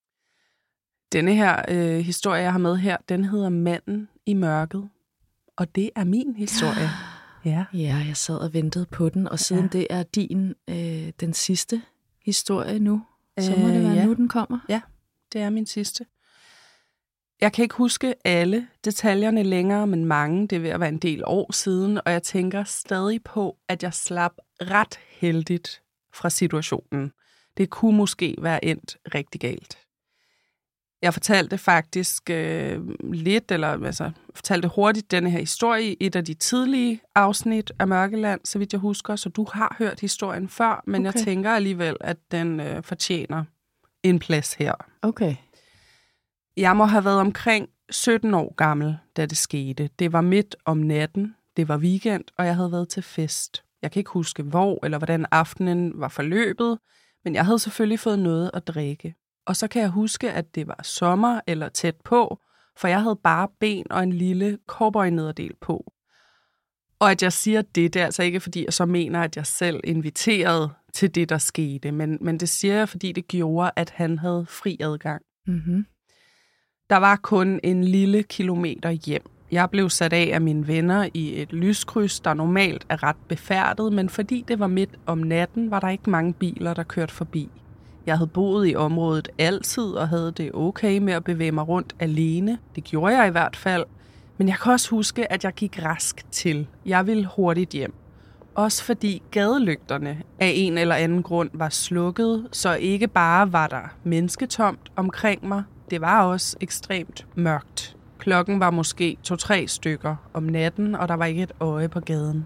Denne her øh, historie, jeg har med her, den hedder Manden i mørket. Og det er min historie. Ja. Ja, jeg sad og ventede på den, og siden Ja. det er din, øh, den sidste historie nu, så må Øh, det være ja. nu, den kommer. Ja, det er min sidste. Jeg kan ikke huske alle detaljerne længere, men mange. Det er ved at være en del år siden, og jeg tænker stadig på, at jeg slap ret heldigt fra situationen. Det kunne måske være endt rigtig galt. Jeg fortalte faktisk øh, lidt, eller altså, fortalte hurtigt denne her historie i et af de tidlige afsnit af Mørkeland, så vidt jeg husker, så du har hørt historien før, men okay. Jeg tænker alligevel, at den øh, fortjener en plads her. Okay. Jeg må have været omkring sytten år gammel, da det skete. Det var midt om natten, det var weekend, og jeg havde været til fest. Jeg kan ikke huske, hvor eller hvordan aftenen var forløbet, men jeg havde selvfølgelig fået noget at drikke. Og så kan jeg huske, at det var sommer eller tæt på, for jeg havde bare ben og en lille cowboy-nederdel på. Og at jeg siger det, det er altså ikke, fordi jeg så mener, at jeg selv inviterede til det, der skete, men, men det siger jeg, fordi det gjorde, at han havde fri adgang. Mm-hmm. Der var kun en lille kilometer hjem. Jeg blev sat af af mine venner i et lyskryds, der normalt er ret befærdet, men fordi det var midt om natten, var der ikke mange biler, der kørte forbi. Jeg havde boet i området altid og havde det okay med at bevæge mig rundt alene. Det gjorde jeg i hvert fald. Men jeg kan også huske, at jeg gik rask til. Jeg ville hurtigt hjem. Også fordi gadelygterne af en eller anden grund var slukket, så ikke bare var der mennesketomt omkring mig, det var også ekstremt mørkt. Klokken var måske to-tre stykker om natten, og der var ikke et øje på gaden.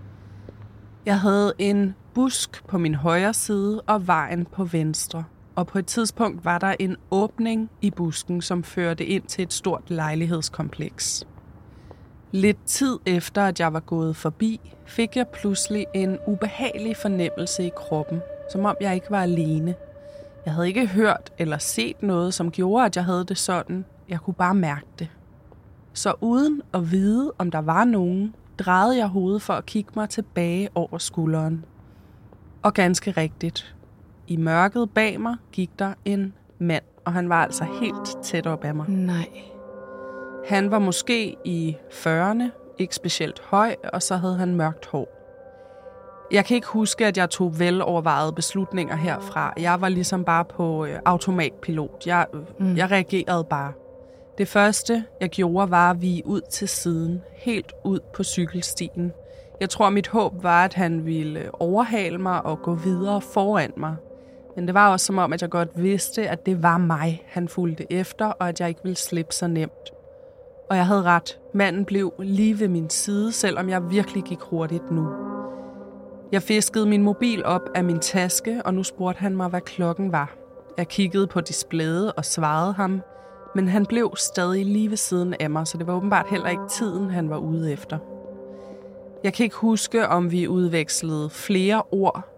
Jeg havde en busk på min højre side og vejen på venstre. Og på et tidspunkt var der en åbning i busken, som førte ind til et stort lejlighedskompleks. Lidt tid efter, at jeg var gået forbi, fik jeg pludselig en ubehagelig fornemmelse i kroppen, som om jeg ikke var alene. Jeg havde ikke hørt eller set noget, som gjorde, at jeg havde det sådan. Jeg kunne bare mærke det. Så uden at vide, om der var nogen, drejede jeg hovedet for at kigge mig tilbage over skulderen. Og ganske rigtigt. I mørket bag mig gik der en mand, og han var altså helt tæt op ad mig. Nej. Han var måske i fyrrerne, ikke specielt høj, og så havde han mørkt hår. Jeg kan ikke huske, at jeg tog velovervejede beslutninger herfra. Jeg var ligesom bare på øh, automatpilot. Jeg, mm. jeg reagerede bare. Det første, jeg gjorde, var at vige ud til siden, helt ud på cykelstien. Jeg tror, mit håb var, at han ville overhale mig og gå videre foran mig. Men det var også som om, at jeg godt vidste, at det var mig, han fulgte efter, og at jeg ikke ville slippe så nemt. Og jeg havde ret. Manden blev lige ved min side, selvom jeg virkelig gik hurtigt nu. Jeg fiskede min mobil op af min taske, og nu spurgte han mig, hvad klokken var. Jeg kiggede på displayet og svarede ham, men han blev stadig lige ved siden af mig, så det var åbenbart heller ikke tiden, han var ude efter. Jeg kan ikke huske, om vi udvekslede flere ord,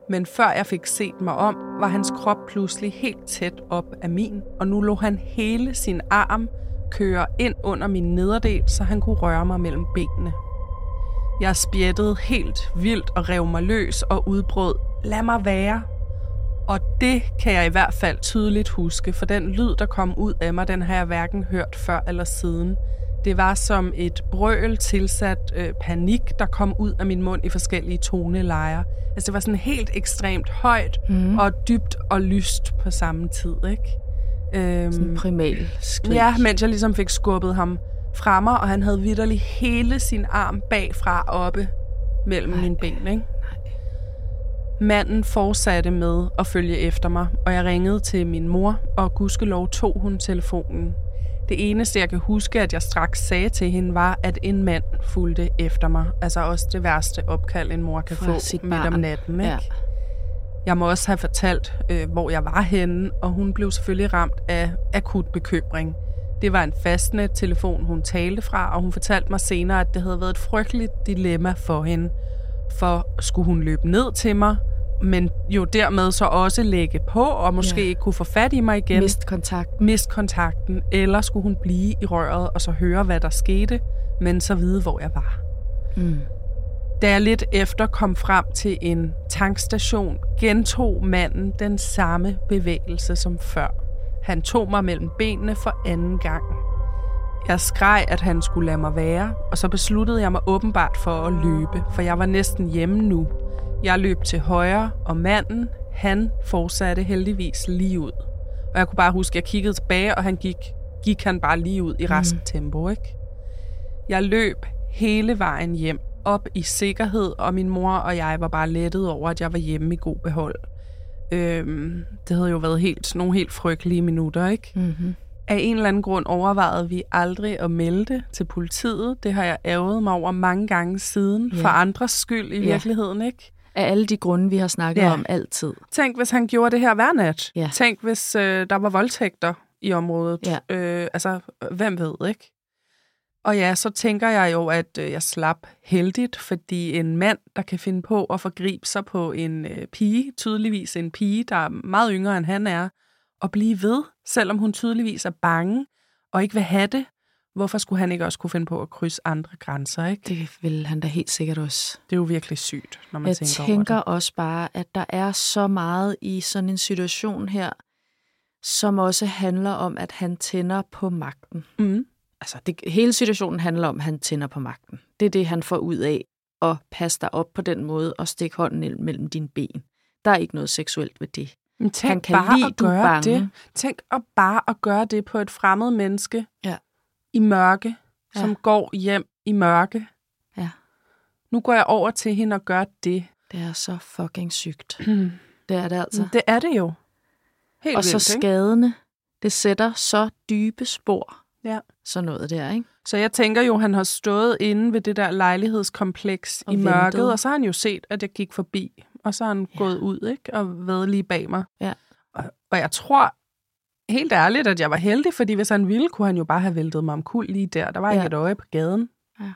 Men før jeg fik set mig om, var hans krop pludselig helt tæt op af min, og nu lå han hele sin arm køre ind under min nederdel, så han kunne røre mig mellem benene. Jeg spjættede helt vildt og rev mig løs og udbrød, lad mig være. Og det kan jeg i hvert fald tydeligt huske, for den lyd, der kom ud af mig, den har jeg hverken hørt før eller siden. Det var som et brøl tilsat øh, panik, der kom ud af min mund i forskellige tonelejer. Altså det var sådan helt ekstremt højt mm. og dybt og lyst på samme tid, ikke? Øhm, sådan primal skrig. Ja, mens jeg ligesom fik skubbet ham fra mig, og han havde vitterligt hele sin arm bagfra oppe mellem Nej. mine ben, ikke? Manden fortsatte med at følge efter mig, og jeg ringede til min mor, og gudskelov tog hun telefonen. Det eneste, jeg kan huske, at jeg straks sagde til hende, var, at en mand fulgte efter mig. Altså også det værste opkald, en mor kan få midt om natten, ikke? Ja. Jeg må også have fortalt, øh, hvor jeg var henne, og hun blev selvfølgelig ramt af akut bekymring. Det var en fastnet-telefon, hun talte fra, og hun fortalte mig senere, at det havde været et frygteligt dilemma for hende. For skulle hun løbe ned til mig, men jo dermed så også lægge på, og måske ja. ikke kunne få fat i mig igen. Mist kontakten. Mist kontakten. Eller skulle hun blive i røret, og så høre, hvad der skete, men så vide, hvor jeg var. Mm. Da jeg lidt efter kom frem til en tankstation, gentog manden den samme bevægelse som før. Han tog mig mellem benene for anden gang. Jeg skreg, at han skulle lade mig være, og så besluttede jeg mig åbenbart for at løbe, for jeg var næsten hjemme nu. Jeg løb til højre, og manden, han fortsatte heldigvis lige ud. Og jeg kunne bare huske, at jeg kiggede tilbage, og han gik, gik han bare lige ud i rask tempo, ikke? Jeg løb hele vejen hjem, op i sikkerhed, og min mor og jeg var bare lettet over, at jeg var hjemme i god behold. Øhm, det havde jo været helt, nogle helt frygtelige minutter, ikke? Mm-hmm. Af en eller anden grund overvejede vi aldrig at melde det til politiet. Det har jeg ærget mig over mange gange siden, ja. for andres skyld i ja. virkeligheden, ikke? Af alle de grunde, vi har snakket ja. om altid. Tænk, hvis han gjorde det her hver nat. Ja. Tænk, hvis øh, der var voldtægter i området. Ja. Øh, altså, hvem ved, ikke? Og ja, så tænker jeg jo, at øh, jeg slap heldigt, fordi en mand, der kan finde på at forgribe sig på en øh, pige, tydeligvis en pige, der er meget yngre end han er, og blive ved, selvom hun tydeligvis er bange og ikke vil have det. Hvorfor skulle han ikke også kunne finde på at krydse andre grænser, ikke? Det vil han da helt sikkert også. Det er jo virkelig sygt, når man jeg tænker over det. Jeg tænker også bare, at der er så meget i sådan en situation her, som også handler om, at han tænder på magten. Mm. Altså, det, hele situationen handler om, at han tænder på magten. Det er det, han får ud af at passe dig op på den måde og stikke hånden mellem dine ben. Der er ikke noget seksuelt ved det. Men tænk han kan bare lide, at gøre det. Tænk at bare at gøre det på et fremmed menneske ja. i mørke, ja. som går hjem i mørke. Ja. Nu går jeg over til hende og gør det. Det er så fucking sygt. Mm. Det er det altså. Det er det jo. Helt og vildt, så skadene, det sætter så dybe spor. Ja. Sådan noget der, ikke? Så jeg tænker jo, han har stået inde ved det der lejlighedskompleks og i ventet. Mørket, og så har han jo set, at jeg gik forbi. Og så har han ja. gået ud, ikke? Og været lige bag mig. Ja. Og, og jeg tror helt ærligt, at jeg var heldig, fordi hvis han ville, kunne han jo bare have væltet mig omkuld lige der. Der var ja. ikke et øje på gaden. Ja.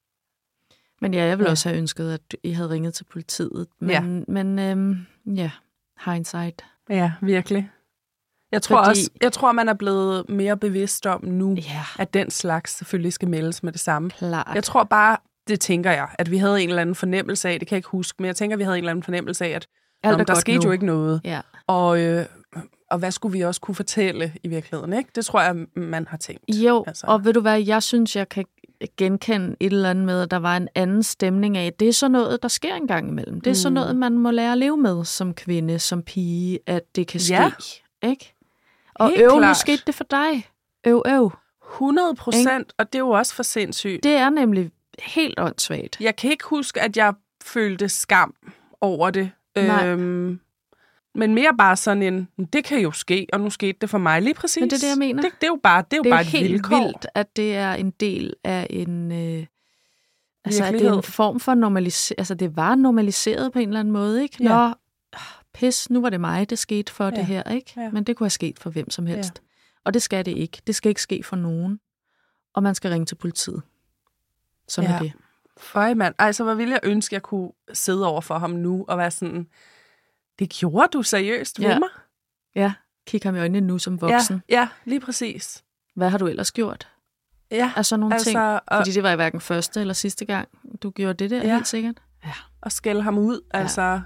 Men ja, jeg ville ja. også have ønsket, at I havde ringet til politiet. Men ja, men, øhm, ja. hindsight. Ja, virkelig. Jeg tror fordi... også, jeg tror, man er blevet mere bevidst om nu, ja. at den slags selvfølgelig skal meldes med det samme. Klart. Jeg tror bare, det tænker jeg, at vi havde en eller anden fornemmelse af, det kan jeg ikke huske, men jeg tænker, at vi havde en eller anden fornemmelse af, at nå, der skete nu. jo ikke noget. Ja. Og, øh, og hvad skulle vi også kunne fortælle i virkeligheden, ikke? Det tror jeg, man har tænkt. Jo, altså. Og ved du hvad, jeg synes, jeg kan genkende et eller andet med, at der var en anden stemning af, det er sådan noget, der sker en gang imellem. Det er mm. sådan noget, man må lære at leve med som kvinde, som pige, at det kan ske, ja. ikke? Og Helt øv, klart. nu skete det for dig. Øv, øv. hundrede procent, og det er jo også for sindssygt. Det er nemlig helt åndssvagt. Jeg kan ikke huske, at jeg følte skam over det. Nej. Øhm, men mere bare sådan en, det kan jo ske, og nu skete det for mig lige præcis. Men det er det, jeg mener. Det, det er jo bare, det er jo det er bare et et helt vilkår. vildt, at det er en del af en... Øh, altså, at det er en form for normalisering. Altså, det var normaliseret på en eller anden måde, ikke? Ja. Nå, pis, nu var det mig, det skete for ja. det her, ikke? Ja. Men det kunne have sket for hvem som helst. Ja. Og det skal det ikke. Det skal ikke ske for nogen. Og man skal ringe til politiet. Sådan ja. er det. Føj, mand. Altså, hvor ville jeg ønske, jeg kunne sidde over for ham nu og være sådan, Det gjorde du seriøst ved Ja. mig? Ja, kig ham i øjnene nu som voksen. Ja, ja, lige præcis. Hvad har du ellers gjort? Ja, af sådan nogle altså, ting? og- Fordi det var i hverken første eller sidste gang, du gjorde det der, Ja. helt sikkert. Ja. og skælde ham ud, altså.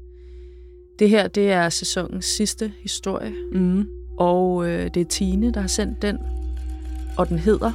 Det her, det er sæsonens sidste historie, Mm. og øh, det er Tine, der har sendt den, og den hedder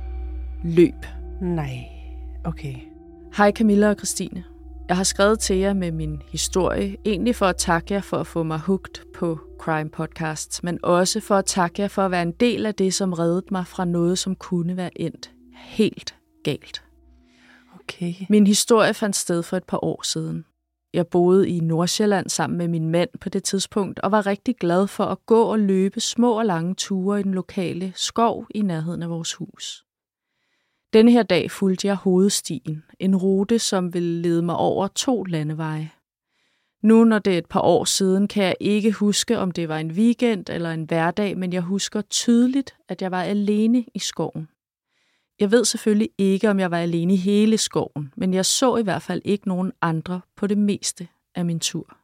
Løb. Nej, okay. Hej Camilla og Christine. Jeg har skrevet til jer med min historie, egentlig for at takke jer for at få mig hooked på crime podcasts, men også for at takke jer for at være en del af det, som reddede mig fra noget, som kunne være endt helt galt. Okay. Min historie fandt sted for et par år siden. Jeg boede i Nordsjælland sammen med min mand på det tidspunkt, og var rigtig glad for at gå og løbe små og lange ture i den lokale skov i nærheden af vores hus. Denne her dag fulgte jeg hovedstien, en rute, som ville lede mig over to landeveje. Nu, når det er et par år siden, kan jeg ikke huske, om det var en weekend eller en hverdag, men jeg husker tydeligt, at jeg var alene i skoven. Jeg ved selvfølgelig ikke, om jeg var alene i hele skoven, men jeg så i hvert fald ikke nogen andre på det meste af min tur.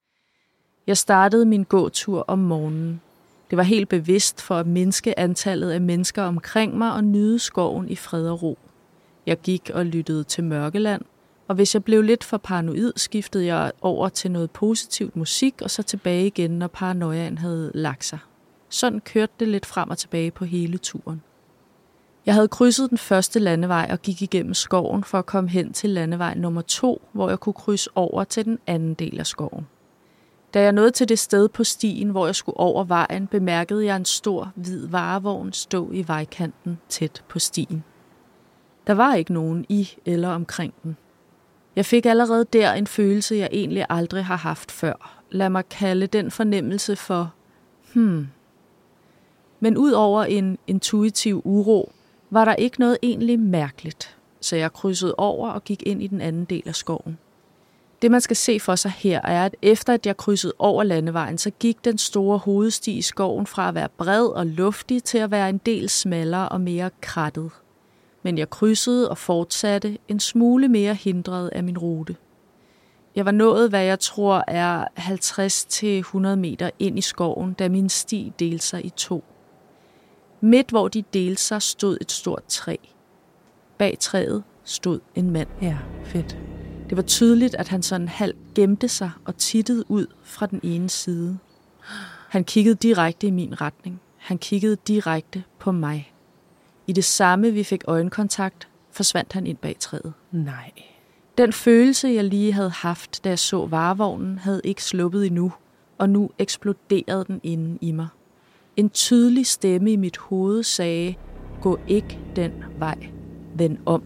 Jeg startede min gåtur om morgenen. Det var helt bevidst for at mindske antallet af mennesker omkring mig og nyde skoven i fred og ro. Jeg gik og lyttede til Mørkeland, og hvis jeg blev lidt for paranoid, skiftede jeg over til noget positivt musik og så tilbage igen, når paranoiaen havde lagt sig. Sådan kørte det lidt frem og tilbage på hele turen. Jeg havde krydset den første landevej og gik igennem skoven for at komme hen til landevej nummer to, hvor jeg kunne krydse over til den anden del af skoven. Da jeg nåede til det sted på stien, hvor jeg skulle over vejen, bemærkede jeg en stor, hvid varevogn stå i vejkanten tæt på stien. Der var ikke nogen i eller omkring den. Jeg fik allerede der en følelse, jeg egentlig aldrig har haft før. Lad mig kalde den fornemmelse for, hmm. Men ud over en intuitiv uro, var der ikke noget egentlig mærkeligt, så jeg krydsede over og gik ind i den anden del af skoven. Det, man skal se for sig her, er, at efter at jeg krydsede over landevejen, så gik den store hovedsti i skoven fra at være bred og luftig til at være en del smallere og mere krattet. Men jeg krydsede og fortsatte en smule mere hindret af min rute. Jeg var nået, hvad jeg tror er halvtreds til hundrede meter ind i skoven, da min sti delte sig i to. Midt hvor de delte sig, stod et stort træ. Bag træet stod en mand. Ja, fedt. Det var tydeligt, at han sådan halv gemte sig og tittede ud fra den ene side. Han kiggede direkte i min retning. Han kiggede direkte på mig. I det samme, vi fik øjenkontakt, forsvandt han ind bag træet. Nej. Den følelse, jeg lige havde haft, da jeg så varevognen, havde ikke sluppet endnu, og nu eksploderede den inde i mig. En tydelig stemme i mit hoved sagde, gå ikke den vej, vend om.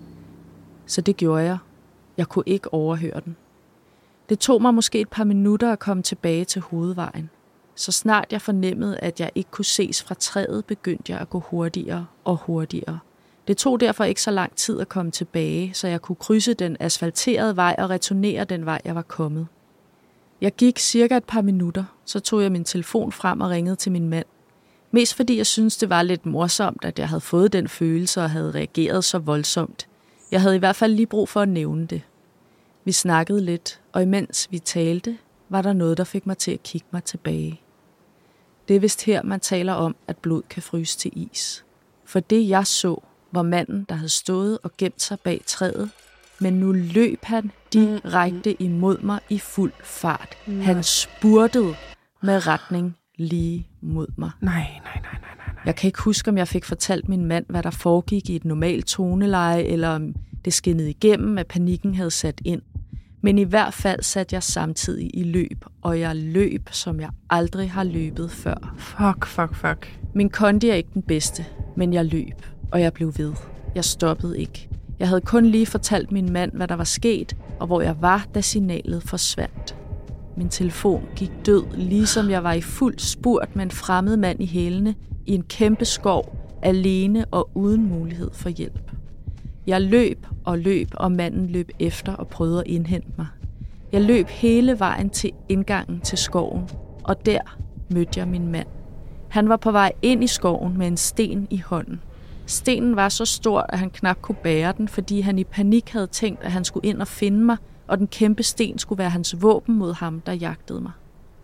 Så det gjorde jeg. Jeg kunne ikke overhøre den. Det tog mig måske et par minutter at komme tilbage til hovedvejen. Så snart jeg fornemmede, at jeg ikke kunne ses fra træet, begyndte jeg at gå hurtigere og hurtigere. Det tog derfor ikke så lang tid at komme tilbage, så jeg kunne krydse den asfalterede vej og returnere den vej, jeg var kommet. Jeg gik cirka et par minutter, så tog jeg min telefon frem og ringede til min mand. Mest fordi jeg syntes, det var lidt morsomt, at jeg havde fået den følelse og havde reageret så voldsomt. Jeg havde i hvert fald lige brug for at nævne det. Vi snakkede lidt, og imens vi talte, var der noget, der fik mig til at kigge mig tilbage. Det er vist her, man taler om, at blod kan fryse til is. For det, jeg så, var manden, der havde stået og gemt sig bag træet, men nu løb han direkte imod mig i fuld fart. Han spurtede med retning lige mod mig. Nej, nej, nej, nej, nej, nej. Jeg kan ikke huske, om jeg fik fortalt min mand, hvad der foregik i et normalt toneleje, eller om det skinnede igennem, at panikken havde sat ind. Men i hvert fald satte jeg samtidig i løb, og jeg løb, som jeg aldrig har løbet før. Fuck, fuck, fuck. Min kondi er ikke den bedste, men jeg løb, og jeg blev ved. Jeg stoppede ikke. Jeg havde kun lige fortalt min mand, hvad der var sket, og hvor jeg var, da signalet forsvandt. Min telefon gik død, ligesom jeg var i fuld spurt med en fremmed mand i hælene i en kæmpe skov, alene og uden mulighed for hjælp. Jeg løb og løb, og manden løb efter og prøvede at indhente mig. Jeg løb hele vejen til indgangen til skoven, og der mødte jeg min mand. Han var på vej ind i skoven med en sten i hånden. Stenen var så stor, at han knap kunne bære den, fordi han i panik havde tænkt, at han skulle ind og finde mig og den kæmpe sten skulle være hans våben mod ham, der jagtede mig.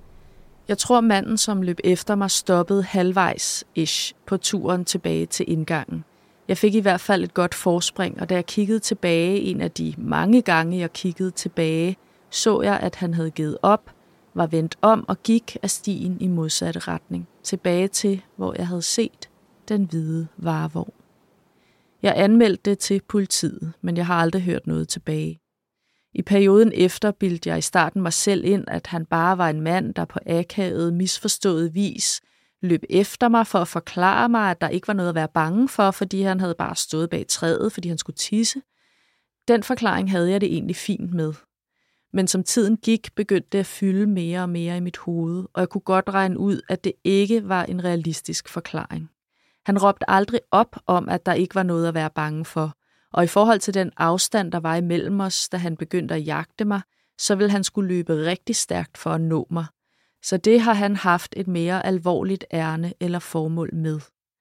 Jeg tror, manden, som løb efter mig, stoppede halvvejs-ish på turen tilbage til indgangen. Jeg fik i hvert fald et godt forspring, og da jeg kiggede tilbage, en af de mange gange, jeg kiggede tilbage, så jeg, at han havde givet op, var vendt om og gik af stien i modsatte retning, tilbage til, hvor jeg havde set den hvide varevogn. Jeg anmeldte det til politiet, men jeg har aldrig hørt noget tilbage. I perioden efter bildte jeg i starten mig selv ind, at han bare var en mand, der på akavet, misforstået vis løb efter mig for at forklare mig, at der ikke var noget at være bange for, fordi han havde bare stået bag træet, fordi han skulle tisse. Den forklaring havde jeg det egentlig fint med. Men som tiden gik, begyndte det at fylde mere og mere i mit hoved, og jeg kunne godt regne ud, at det ikke var en realistisk forklaring. Han råbte aldrig op om, at der ikke var noget at være bange for, og i forhold til den afstand, der var imellem os, da han begyndte at jagte mig, så ville han skulle løbe rigtig stærkt for at nå mig. Så det har han haft et mere alvorligt ærne eller formål med.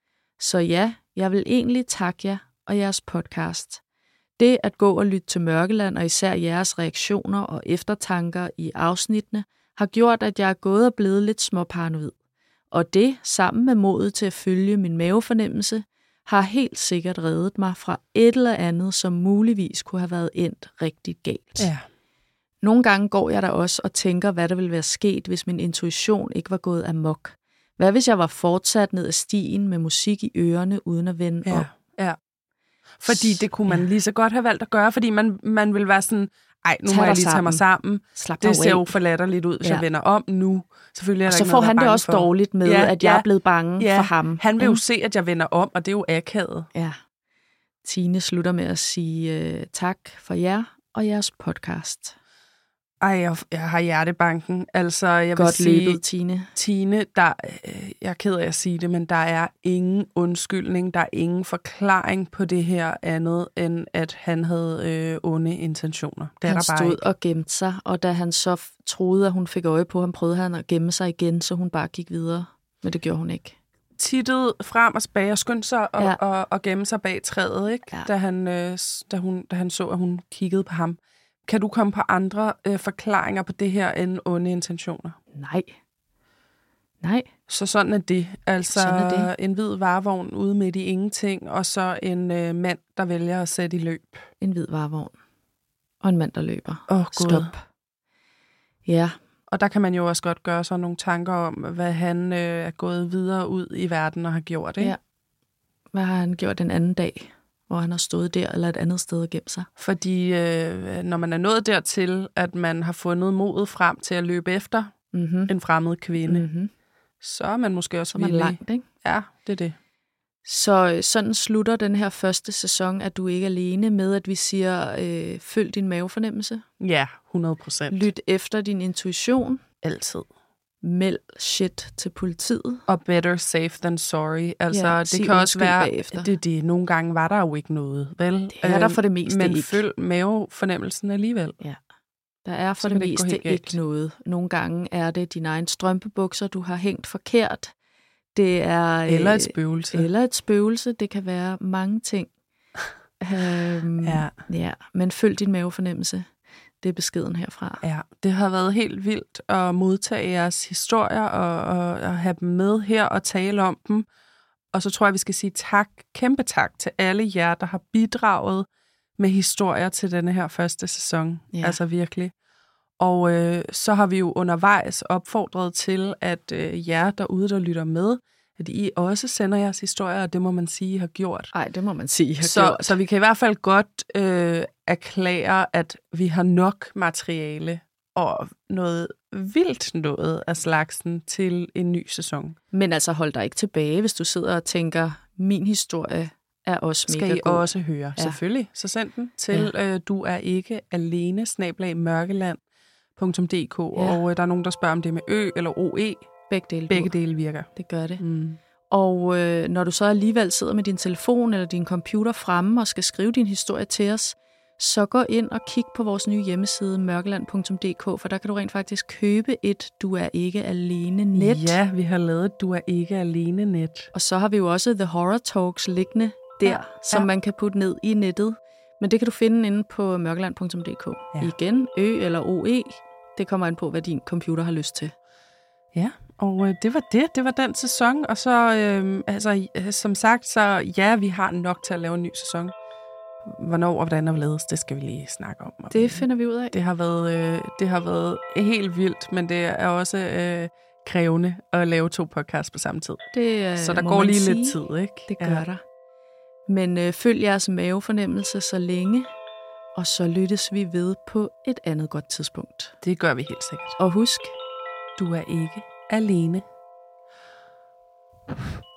Så ja, jeg vil egentlig takke jer og jeres podcast. Det at gå og lytte til Mørkeland og især jeres reaktioner og eftertanker i afsnittene har gjort, at jeg er gået og blevet lidt småparanoid. Og det, sammen med modet til at følge min mavefornemmelse, har helt sikkert reddet mig fra et eller andet, som muligvis kunne have været endt rigtig galt. Ja. Nogle gange går jeg der også og tænker, hvad der ville være sket, hvis min intuition ikke var gået amok. Hvad hvis jeg var fortsat ned ad stien med musik i ørerne, uden at vende Ja, op? ja. Fordi det kunne man Ja. lige så godt have valgt at gøre, fordi man, man vil være sådan, ej, nu Tag må jeg dig lige tage mig sammen. Slap dig Det ser af. jo for latterligt ud, hvis Ja. jeg vender om nu. Selvfølgelig er Og der så ikke får noget, han jeg er det bange også for. dårligt med, Ja, at jeg ja. er blevet bange Ja, for ham. Han vil jo Mm. se, at jeg vender om, og det er jo akavet. Ja. Tine slutter med at sige uh, tak for jer og jeres podcast. Ej, jeg, jeg har hjertebanken. Altså, jeg Godt vil sige, løbet, Tine. Tine, der, øh, jeg er ked af at sige det, men der er ingen undskyldning, der er ingen forklaring på det her andet, end at han havde øh, onde intentioner. Det er Han der bare stod ikke. og gemte sig, og da han så f- troede, at hun fik øje på ham, prøvede han at gemme sig igen, så hun bare gik videre. Men det gjorde hun ikke. Tittede frem og tilbage og skyndte sig og, Ja. ja. og, og gemme sig bag træet, ikke? Ja. Da, han, øh, s- da, hun, da han så, at hun kiggede på ham. Kan du komme på andre øh, forklaringer på det her end onde intentioner? Nej. Nej. Så sådan er det. Altså Sådan er det. en hvid varevogn ude midt i ingenting, og så en øh, mand, der vælger at sætte i løb. En hvid varevogn. Og en mand, der løber. Åh, oh, Stop. Ja. Og der kan man jo også godt gøre sig nogle tanker om, hvad han øh, er gået videre ud i verden og har gjort, ikke? Ja. Hvad har han gjort den anden dag, hvor han har stået der eller et andet sted og gemt sig? Fordi øh, når man er nået dertil, at man har fundet modet frem til at løbe efter Mm-hmm. en fremmed kvinde, mm. Mm-hmm. så er man måske også Så er man villig. langt, ikke? Ja, det er det. Så øh, sådan slutter den her første sæson, at du ikke er alene med, at vi siger, øh, følg din mavefornemmelse. Ja, hundrede procent. Lyt efter din intuition. Altid. Meld shit til politiet. Og better safe than sorry. Altså, Ja, det sig kan også undskyld være, bagefter. det, det, nogle gange var der jo ikke noget, vel? Det er der for det meste Men ikke. følg mavefornemmelsen alligevel. Ja. Der er for Så det kan det gå meste helt galt. ikke noget. Nogle gange er det dine egne strømpebukser, du har hængt forkert. Det er, Eller øh, et spøgelse. Eller et spøgelse. Det kan være mange ting. øhm, Ja. ja. Men følg din mavefornemmelse. Det er beskeden herfra. Ja, det har været helt vildt at modtage jeres historier og, og, og have dem med her og tale om dem. Og så tror jeg, vi skal sige tak, kæmpe tak til alle jer, der har bidraget med historier til denne her første sæson. Ja. Altså virkelig. Og øh, så har vi jo undervejs opfordret til, at øh, jer derude, der lytter med, at I også sender jeres historier, og det må man sige, I har gjort. Ej, det må man sige, I har Så, gjort. så vi kan i hvert fald godt øh, erklære, at vi har nok materiale og noget vildt noget af slagsen til en ny sæson. Men altså hold dig ikke tilbage, hvis du sidder og tænker, min historie er også Skal mega I god. også høre, Ja. selvfølgelig. Så send den til ja. øh, du er ikke alene, snablag mørkeland punktum d k. Ja. Og øh, der er nogen, der spørger, om det er med ø eller oe. Begge dele. Begge dele virker. Det gør det. Mm. Og øh, når du så alligevel sidder med din telefon eller din computer fremme og skal skrive din historie til os, så gå ind og kig på vores nye hjemmeside mørkeland punktum d k, for der kan du rent faktisk købe et Du er ikke alene net. Ja, vi har lavet Du er ikke alene net. Og så har vi jo også The Horror Talks liggende der, Ja, som ja. man kan putte ned i nettet Men det kan du finde inde på mørkeland punktum d k. Ja. Igen, Ø eller O E. Det kommer an på, hvad din computer har lyst til. Ja, og øh, det var det. Det var den sæson. Og så, øh, altså, som sagt, så ja, vi har nok til at lave en ny sæson. Hvornår og hvordan og hvorledes, det skal vi lige snakke om. Det finder vi ud af. Det har været, øh, det har været helt vildt, men det er også øh, krævende at lave to podcasts på samme tid. Det, øh, så der går lige sige. lidt tid, ikke? Det gør ja. der. Men øh, følg jeres mavefornemmelse så længe, og så lyttes vi ved på et andet godt tidspunkt. Det gør vi helt sikkert. Og husk, du er ikke alene.